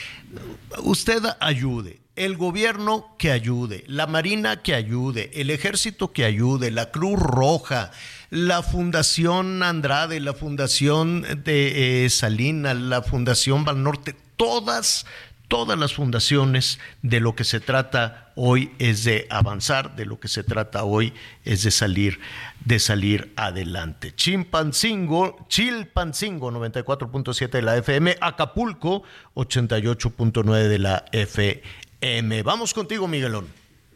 Usted ayude. El gobierno que ayude, la Marina que ayude, el Ejército que ayude, la Cruz Roja, la Fundación Andrade, la Fundación de eh, Salinas, la Fundación Banorte, todas, todas las fundaciones, de lo que se trata hoy es de avanzar, de lo que se trata hoy es de salir, de salir adelante. Chilpancingo, Chilpancingo, noventa y cuatro punto siete de la F M, Acapulco, ochenta y ocho punto nueve de la F M. Vamos contigo, Miguelón.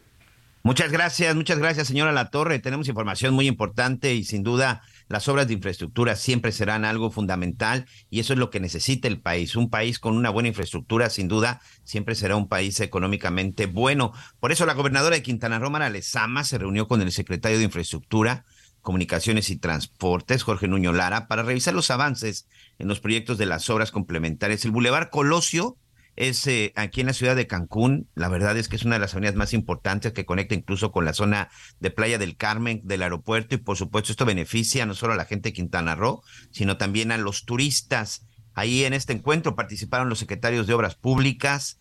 Muchas gracias, muchas gracias, señora Latorre. Tenemos información muy importante y sin duda las obras de infraestructura siempre serán algo fundamental y eso es lo que necesita el país. Un país con una buena infraestructura, sin duda, siempre será un país económicamente bueno. Por eso la gobernadora de Quintana Roo, Mara Lezama, se reunió con el secretario de Infraestructura, Comunicaciones y Transportes, Jorge Nuño Lara, para revisar los avances en los proyectos de las obras complementarias. El Boulevard Colosio es eh, aquí en la ciudad de Cancún. La verdad es que es una de las avenidas más importantes que conecta incluso con la zona de Playa del Carmen, del aeropuerto, y por supuesto esto beneficia no solo a la gente de Quintana Roo, sino también a los turistas. Ahí en este encuentro participaron los secretarios de Obras Públicas,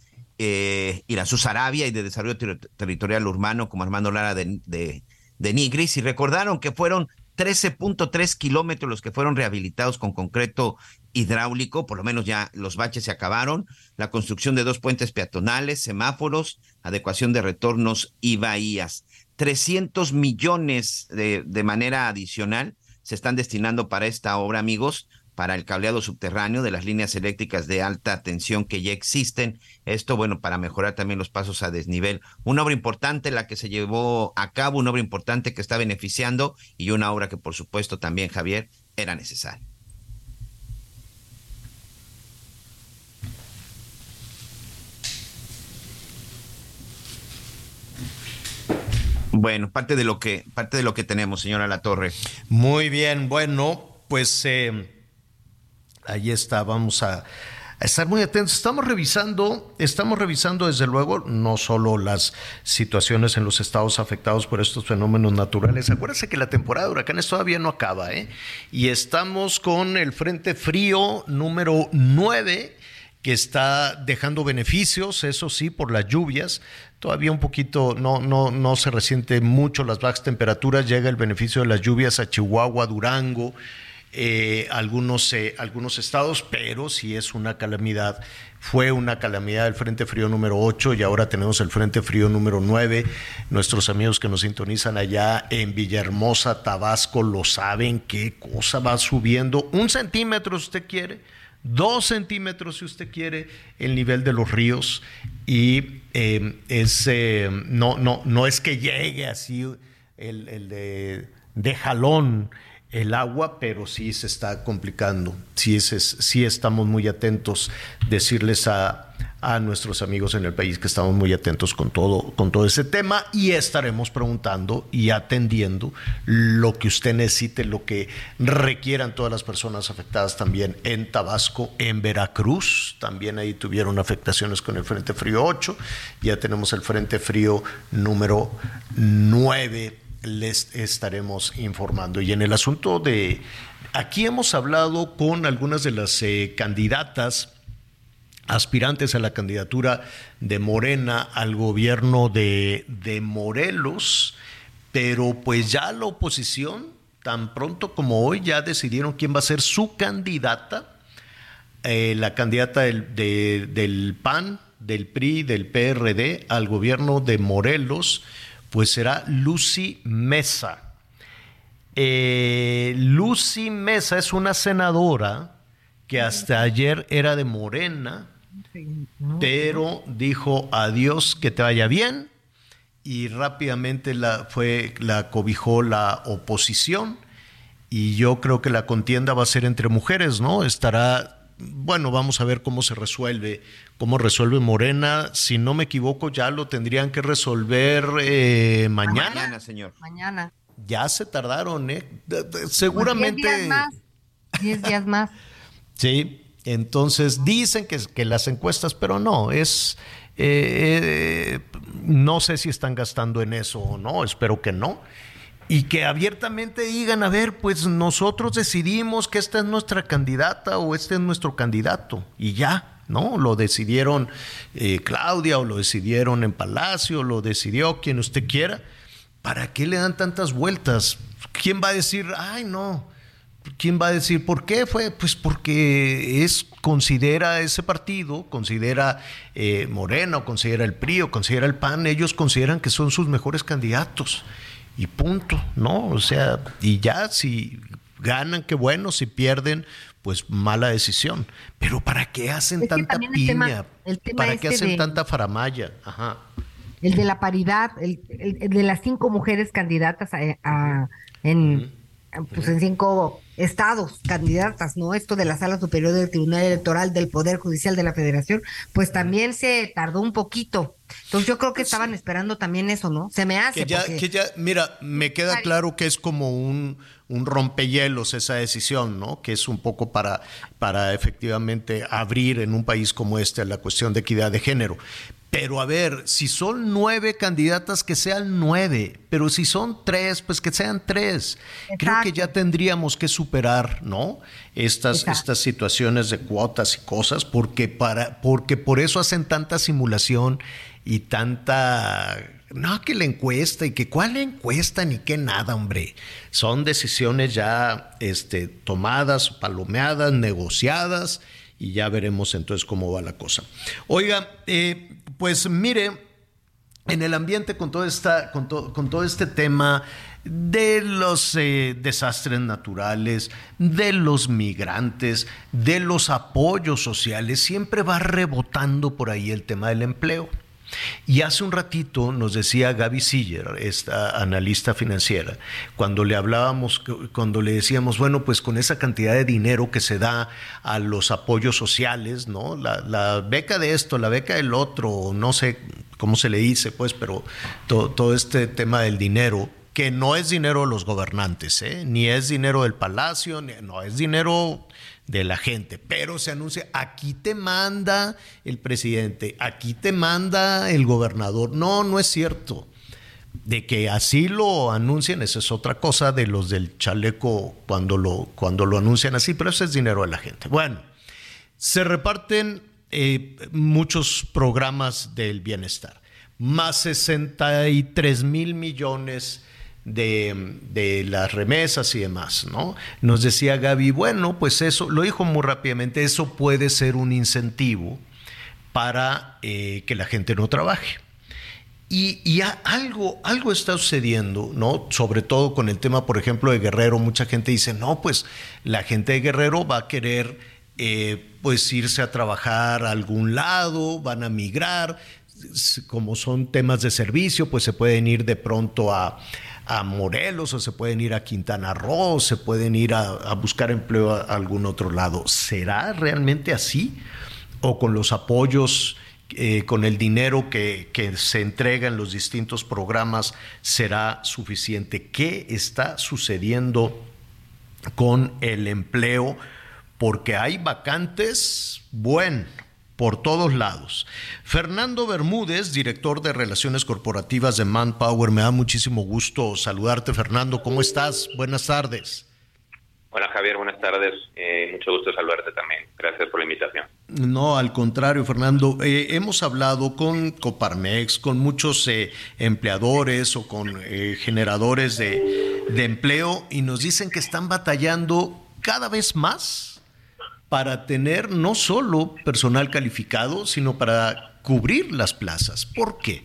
eh, Irazú Sarabia, y de Desarrollo Ter- Territorial Urbano, como Armando Lara de, de, de Nigris, y recordaron que fueron trece punto tres kilómetros los que fueron rehabilitados con concreto hidráulico, por lo menos ya los baches se acabaron, la construcción de dos puentes peatonales, semáforos, adecuación de retornos y bahías. trescientos millones de, de manera adicional se están destinando para esta obra, amigos, para el cableado subterráneo de las líneas eléctricas de alta tensión que ya existen. Esto, bueno, para mejorar también los pasos a desnivel. Una obra importante la que se llevó a cabo, una obra importante que está beneficiando y una obra que, por supuesto, también, Javier, era necesaria. Bueno, parte de lo que, parte de lo que tenemos, señora Latorre. Muy bien, bueno, pues eh, ahí está, vamos a, a estar muy atentos. Estamos revisando, estamos revisando desde luego no solo las situaciones en los estados afectados por estos fenómenos naturales. Acuérdense que la temporada de huracanes todavía no acaba, ¿eh? Y estamos con el Frente Frío número nueve, que está dejando beneficios, eso sí, por las lluvias. Todavía un poquito, no, no, no se resiente mucho las bajas temperaturas. Llega el beneficio de las lluvias a Chihuahua, Durango, eh, algunos, eh, algunos estados, pero sí es una calamidad. Fue una calamidad el Frente Frío número ocho y ahora tenemos el Frente Frío número nueve. Nuestros amigos que nos sintonizan allá en Villahermosa, Tabasco, lo saben, qué cosa va subiendo. Un centímetro, si usted quiere, dos centímetros, si usted quiere, el nivel de los ríos. Y eh, es, eh, no, no, no es que llegue así el, el de, de jalón el agua, pero sí se está complicando. Sí, es, es, sí estamos muy atentos, decirles a, a nuestros amigos en el país que estamos muy atentos con todo, con todo ese tema, y estaremos preguntando y atendiendo lo que usted necesite, lo que requieran todas las personas afectadas también en Tabasco, en Veracruz. También ahí tuvieron afectaciones con el Frente Frío ocho. Ya tenemos el Frente Frío número nueve. Les estaremos informando. Y en el asunto de, aquí hemos hablado con algunas de las eh, candidatas, aspirantes a la candidatura de Morena al gobierno de, de Morelos, pero pues ya la oposición, tan pronto como hoy, ya decidieron quién va a ser su candidata, eh, la candidata del, de, del P A N, del P R I, del P R D al gobierno de Morelos, pues será Lucy Mesa. Eh, Lucy Mesa es una senadora que hasta ayer era de Morena, pero dijo adiós, que te vaya bien, y rápidamente la, fue, la cobijó la oposición, y yo creo que la contienda va a ser entre mujeres, ¿no? Estará... Bueno, vamos a ver cómo se resuelve, cómo resuelve Morena. Si no me equivoco, ya lo tendrían que resolver eh, mañana. Mañana, señor. Mañana. Ya se tardaron, ¿eh? Seguramente. Diez días más. Diez días más. Sí, entonces dicen que, que las encuestas, pero no, es, Eh, no sé si están gastando en eso o no, espero que no. Y que abiertamente digan, a ver, pues nosotros decidimos que esta es nuestra candidata o este es nuestro candidato. Y ya, ¿no? Lo decidieron eh, Claudia o lo decidieron en Palacio, lo decidió quien usted quiera. ¿Para qué le dan tantas vueltas? ¿Quién va a decir, ay, no? ¿Quién va a decir por qué fue? Pues porque es, considera ese partido, considera eh, Morena, o considera el P R I, o considera el P A N, ellos consideran que son sus mejores candidatos. Y punto, ¿no? O sea, y ya si ganan, qué bueno, si pierden, pues mala decisión. Pero ¿para qué hacen es tanta piña? El tema, el tema ¿Para qué hacen de, tanta faramalla? Ajá. El de la paridad, el, el, el de las cinco mujeres candidatas a, a en, uh-huh. pues en cinco estados candidatas, ¿no? Esto de la Sala Superior del Tribunal Electoral del Poder Judicial de la Federación, pues también se tardó un poquito. Entonces yo creo que estaban esperando también eso, ¿no? Se me hace. Que ya, porque... que ya, mira, me queda claro que es como un, un rompehielos esa decisión, ¿no? Que es un poco para, para efectivamente abrir en un país como este la cuestión de equidad de género. Pero a ver, si son nueve candidatas, que sean nueve, pero si son tres, pues que sean tres. Exacto. Creo que ya tendríamos que superar, ¿no? Estas, estas situaciones de cuotas y cosas, porque para, porque por eso hacen tanta simulación y tanta, no, que la encuesta y que cuál encuesta ni qué nada, hombre. Son decisiones ya este, tomadas, palomeadas, negociadas. Y ya veremos entonces cómo va la cosa. Oiga, eh, pues mire, en el ambiente con todo, esta, con to, con todo este tema de los eh, desastres naturales, de los migrantes, de los apoyos sociales, siempre va rebotando por ahí el tema del empleo. Y hace un ratito nos decía Gaby Siller, esta analista financiera, cuando le hablábamos, cuando le decíamos, bueno, pues con esa cantidad de dinero que se da a los apoyos sociales, ¿no? La, la beca de esto, la beca del otro, no sé cómo se le dice, pues, pero to, todo este tema del dinero, que no es dinero de los gobernantes, ¿eh? Ni es dinero del Palacio, ni, no, es dinero de la gente, pero se anuncia, aquí te manda el presidente, aquí te manda el gobernador. No, no es cierto. De que así lo anuncien, esa es otra cosa de los del chaleco cuando lo, cuando lo anuncian así, pero ese es dinero de la gente. Bueno, se reparten eh, muchos programas del bienestar, más sesenta y tres mil millones De, de las remesas y demás, ¿no? Nos decía Gaby, bueno, pues eso, lo dijo muy rápidamente, eso puede ser un incentivo para eh, que la gente no trabaje. Y, y algo, algo está sucediendo, ¿no? Sobre todo con el tema, por ejemplo, de Guerrero. Mucha gente dice, no, pues la gente de Guerrero va a querer eh, pues irse a trabajar a algún lado, van a migrar. Como son temas de servicio, pues se pueden ir de pronto a a Morelos, o se pueden ir a Quintana Roo, o se pueden ir a, a buscar empleo a, a algún otro lado. ¿Será realmente así? ¿O con los apoyos, eh, con el dinero que, que se entrega en los distintos programas, será suficiente? ¿Qué está sucediendo con el empleo? Porque hay vacantes, bueno, por todos lados. Fernando Bermúdez, director de Relaciones Corporativas de Manpower, me da muchísimo gusto saludarte, Fernando. ¿Cómo estás? Buenas tardes. Hola, Javier, buenas tardes. Eh, mucho gusto saludarte también. Gracias por la invitación. No, al contrario, Fernando. Eh, hemos hablado con Coparmex, con muchos eh, empleadores o con eh, generadores de, de empleo, y nos dicen que están batallando cada vez más para tener no solo personal calificado, sino para cubrir las plazas. ¿Por qué?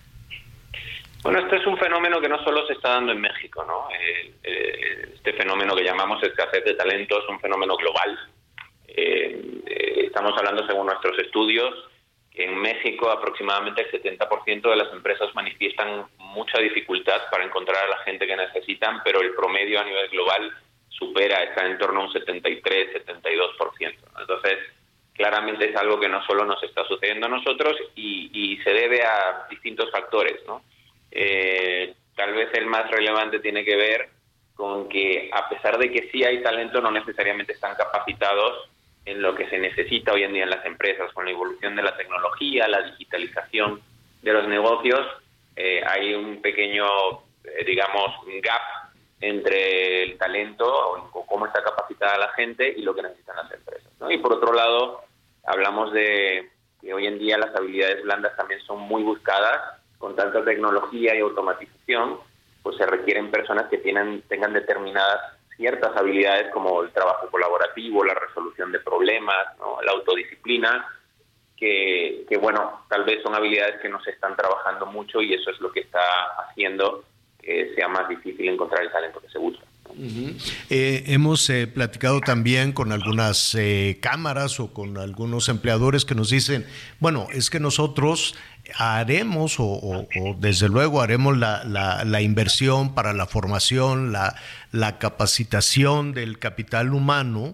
Bueno, este es un fenómeno que no solo se está dando en México, ¿no? Eh, eh, este fenómeno que llamamos escasez de talento es un fenómeno global. Eh, eh, estamos hablando, según nuestros estudios, que en México aproximadamente el setenta por ciento de las empresas manifiestan mucha dificultad para encontrar a la gente que necesitan, pero el promedio a nivel global supera, está en torno a un setenta y tres, setenta y dos por ciento. Entonces, claramente es algo que no solo nos está sucediendo a nosotros y, y se debe a distintos factores, ¿no? Eh, tal vez el más relevante tiene que ver con que, a pesar de que sí hay talento, no necesariamente están capacitados en lo que se necesita hoy en día en las empresas, con la evolución de la tecnología, la digitalización de los negocios, eh, hay un pequeño, eh, digamos, gap entre el talento o cómo está capacitada la gente y lo que necesitan las empresas, ¿no? Y por otro lado, hablamos de que hoy en día las habilidades blandas también son muy buscadas. Con tanta tecnología y automatización, pues se requieren personas que tienen, tengan determinadas ciertas habilidades como el trabajo colaborativo, la resolución de problemas, ¿no? La autodisciplina, que, que bueno, tal vez son habilidades que no se están trabajando mucho y eso es lo que está haciendo que sea más difícil encontrar el talento que se busca. Uh-huh. Eh, hemos eh, platicado también con algunas eh, cámaras o con algunos empleadores que nos dicen, bueno, es que nosotros haremos o, o, o desde luego haremos la, la, la inversión para la formación, la, la capacitación del capital humano,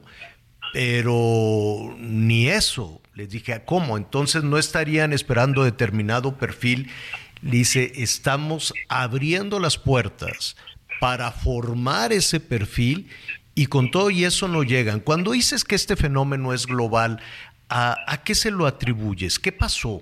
pero ni eso. Les dije, ¿cómo? Entonces no estarían esperando determinado perfil. Le dice, estamos abriendo las puertas para formar ese perfil y con todo y eso no llegan. Cuando dices que este fenómeno es global, ¿a, a qué se lo atribuyes? ¿Qué pasó?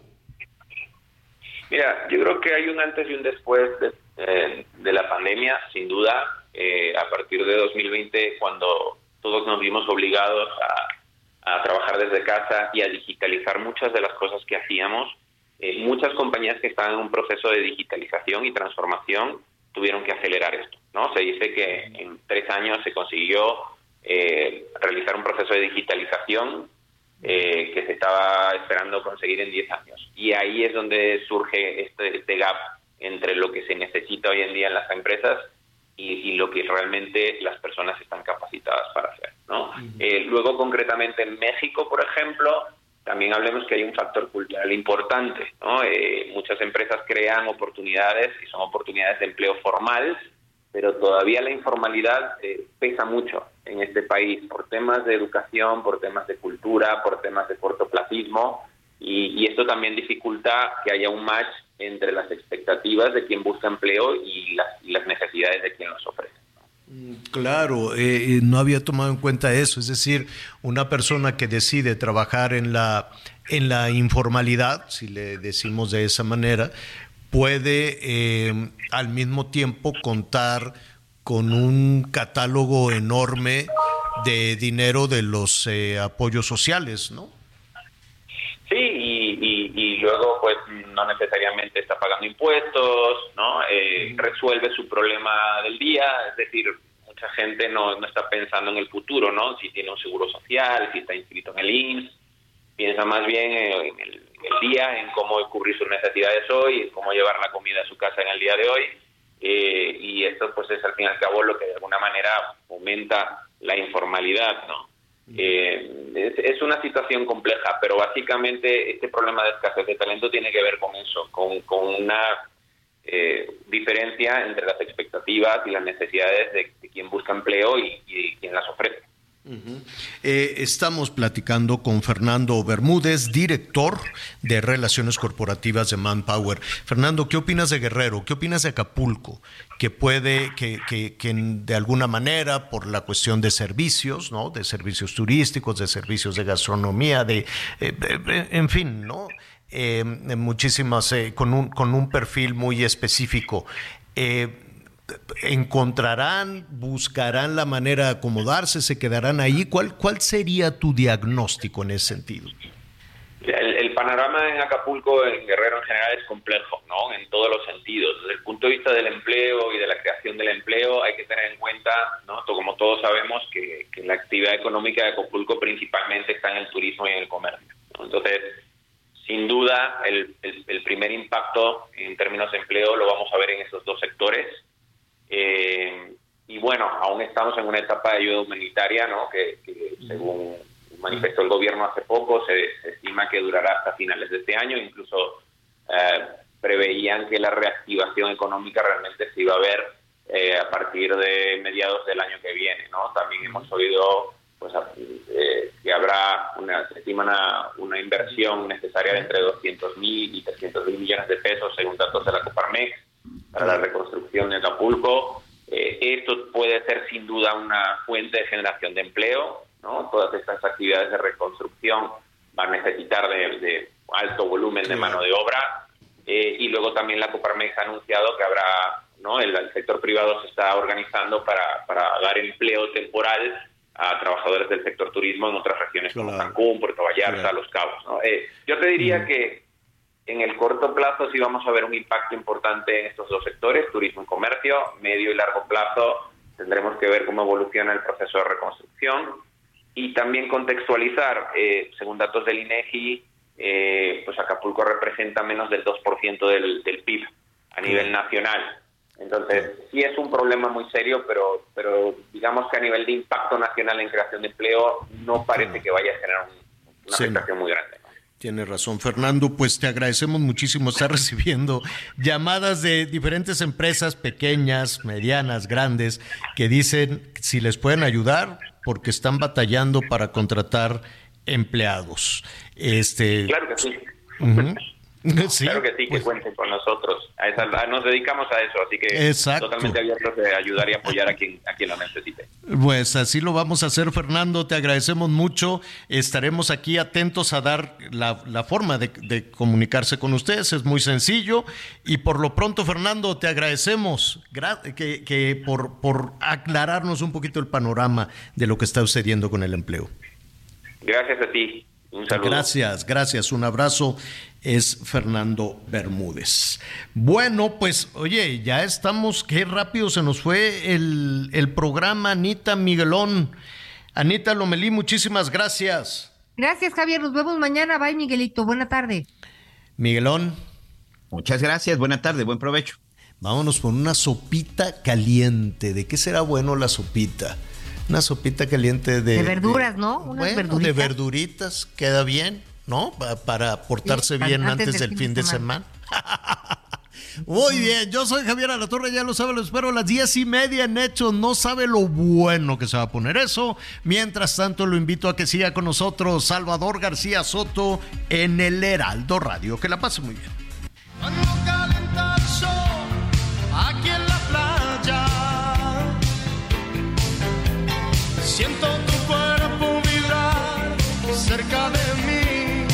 Mira, yo creo que hay un antes y un después de, eh, de la pandemia, sin duda. Eh, a partir de dos mil veinte, cuando todos nos vimos obligados a, a trabajar desde casa y a digitalizar muchas de las cosas que hacíamos, eh, muchas compañías que estaban en un proceso de digitalización y transformación tuvieron que acelerar esto, ¿no? Se dice que en tres años se consiguió eh, realizar un proceso de digitalización eh, que se estaba esperando conseguir en diez años. Y ahí es donde surge este, este gap entre lo que se necesita hoy en día en las empresas y, y lo que realmente las personas están capacitadas para hacer, ¿no? Uh-huh. Eh, luego, concretamente en México, por ejemplo, también hablemos que hay un factor cultural importante, ¿no? Eh, muchas empresas crean oportunidades y son oportunidades de empleo formal, pero todavía la informalidad eh, pesa mucho en este país por temas de educación, por temas de cultura, por temas de cortoplacismo y, y esto también dificulta que haya un match entre las expectativas de quien busca empleo y las, y las necesidades de quien los ofrece. Claro, eh, no había tomado en cuenta eso, es decir, una persona que decide trabajar en la, en la informalidad, si le decimos de esa manera, puede eh, al mismo tiempo contar con un catálogo enorme de dinero de los eh, apoyos sociales, ¿no? Sí, y, y, y luego pues no necesariamente está pagando impuestos, ¿no? Eh, resuelve su problema del día, es decir, mucha gente no, no está pensando en el futuro, ¿no? Si tiene un seguro social, si está inscrito en el I M S S, piensa más bien en el, en el día, en cómo cubrir sus necesidades hoy, en cómo llevar la comida a su casa en el día de hoy, eh, y esto pues es al fin y al cabo lo que de alguna manera aumenta la informalidad, ¿no? Eh, es, es una situación compleja, pero básicamente este problema de escasez de talento tiene que ver con eso, con, con una eh, diferencia entre las expectativas y las necesidades de, de quien busca empleo y, y quien las ofrece. Uh-huh. Eh, estamos platicando con Fernando Bermúdez, director de Relaciones Corporativas de Manpower. Fernando, ¿qué opinas de Guerrero? ¿Qué opinas de Acapulco? Que puede, que, que, que de alguna manera, por la cuestión de servicios, ¿no? De servicios turísticos, de servicios de gastronomía, de, eh, eh, en fin, ¿no? Eh, muchísimas, eh, con un, con un perfil muy específico. Eh, ¿Encontrarán, buscarán la manera de acomodarse, se quedarán ahí? ¿Cuál, cuál sería tu diagnóstico en ese sentido? El, el panorama en Acapulco, en Guerrero en general, es complejo, ¿no? En todos los sentidos. Desde el punto de vista del empleo y de la creación del empleo, hay que tener en cuenta, ¿no? Como todos sabemos, que, que la actividad económica de Acapulco principalmente está en el turismo y en el comercio, ¿no? Entonces, sin duda, el, el, el primer impacto en términos de empleo lo vamos a ver en esos dos sectores. Eh, y bueno, aún estamos en una etapa de ayuda humanitaria, ¿no? Que, que según manifestó el gobierno hace poco, se, se estima que durará hasta finales de este año. Incluso eh, preveían que la reactivación económica realmente se iba a ver eh, a partir de mediados del año que viene, ¿no? También hemos oído pues eh, que habrá una, se estima una, una inversión necesaria de entre doscientos mil y trescientos mil millones de pesos, según datos de la Coparmex, para la reconstrucción de Acapulco. Eh, esto puede ser sin duda una fuente de generación de empleo, ¿no? Todas estas actividades de reconstrucción van a necesitar de, de alto volumen de mano de obra, eh, y luego también la Coparmex ha anunciado que habrá, ¿no? El, el sector privado se está organizando para, para dar empleo temporal a trabajadores del sector turismo en otras regiones como Cancún, Puerto Vallarta, claro. Los Cabos, ¿no? Eh, yo te diría mm. que en el corto plazo sí vamos a ver un impacto importante en estos dos sectores, turismo y comercio. Medio y largo plazo tendremos que ver cómo evoluciona el proceso de reconstrucción y también contextualizar, eh, según datos del INEGI, eh, pues Acapulco representa menos del dos por ciento del, del P I B a nivel nacional. Entonces, sí es un problema muy serio, pero pero digamos que a nivel de impacto nacional en creación de empleo no parece que vaya a generar un, una sí, afectación muy grande. Tienes razón, Fernando. Pues te agradecemos muchísimo estar recibiendo llamadas de diferentes empresas pequeñas, medianas, grandes, que dicen si les pueden ayudar porque están batallando para contratar empleados. Este, claro que sí. Uh-huh. Sí, claro que sí, que pues, cuenten con nosotros. A esa, a, nos dedicamos a eso, así que exacto. Totalmente abiertos de ayudar y apoyar a quien a quien lo necesite. Pues así lo vamos a hacer, Fernando. Te agradecemos mucho. Estaremos aquí atentos a dar la, la forma de, de comunicarse con ustedes. Es muy sencillo. Y por lo pronto, Fernando, te agradecemos gra- que, que por, por aclararnos un poquito el panorama de lo que está sucediendo con el empleo. Gracias a ti. Un saludo. Gracias, gracias. Un abrazo. Es Fernando Bermúdez. Bueno, pues, oye, ya estamos, qué rápido se nos fue el, el programa, Anita Miguelón. Anita Lomelí, muchísimas gracias. Gracias, Javier. Nos vemos mañana. Bye, Miguelito. Buena tarde. Miguelón. Muchas gracias. Buena tarde. Buen provecho. Vámonos por una sopita caliente. ¿De qué será bueno la sopita? Una sopita caliente de... De verduras, de, ¿no? Unas bueno, verduritas. de verduritas. Queda bien, ¿no? Para portarse sí, bien antes, antes del, del fin de semana. semana. Muy bien, yo soy Javier Alatorre, ya lo sabe, lo espero a las diez y media en Hechos. No sabe lo bueno que se va a poner eso. Mientras tanto, lo invito a que siga con nosotros Salvador García Soto en el Heraldo Radio. Que la pase muy bien. Cuando calienta el sol aquí en la playa, siento tu cuerpo vibrar cerca de mí.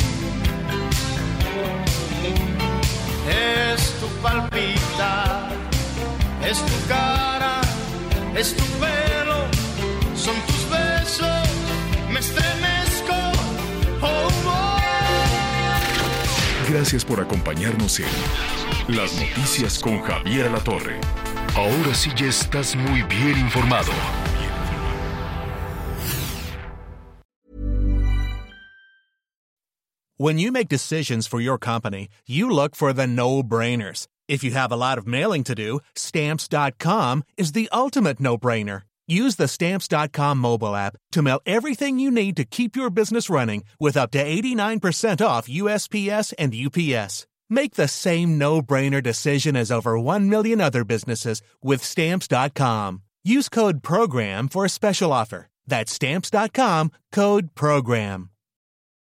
Es tu palpitar, es tu cara, es tu pelo, son tus besos, me estremezco. Oh, oh. Gracias por acompañarnos en Las Noticias con Javier Alatorre. Ahora sí ya estás muy bien informado. When you make decisions for your company, you look for the no-brainers. If you have a lot of mailing to do, Stamps dot com is the ultimate no-brainer. Use the Stamps dot com mobile app to mail everything you need to keep your business running with up to eighty-nine percent off U S P S and U P S. Make the same no-brainer decision as over one million other businesses with Stamps dot com. Use code PROGRAM for a special offer. That's Stamps dot com, code PROGRAM.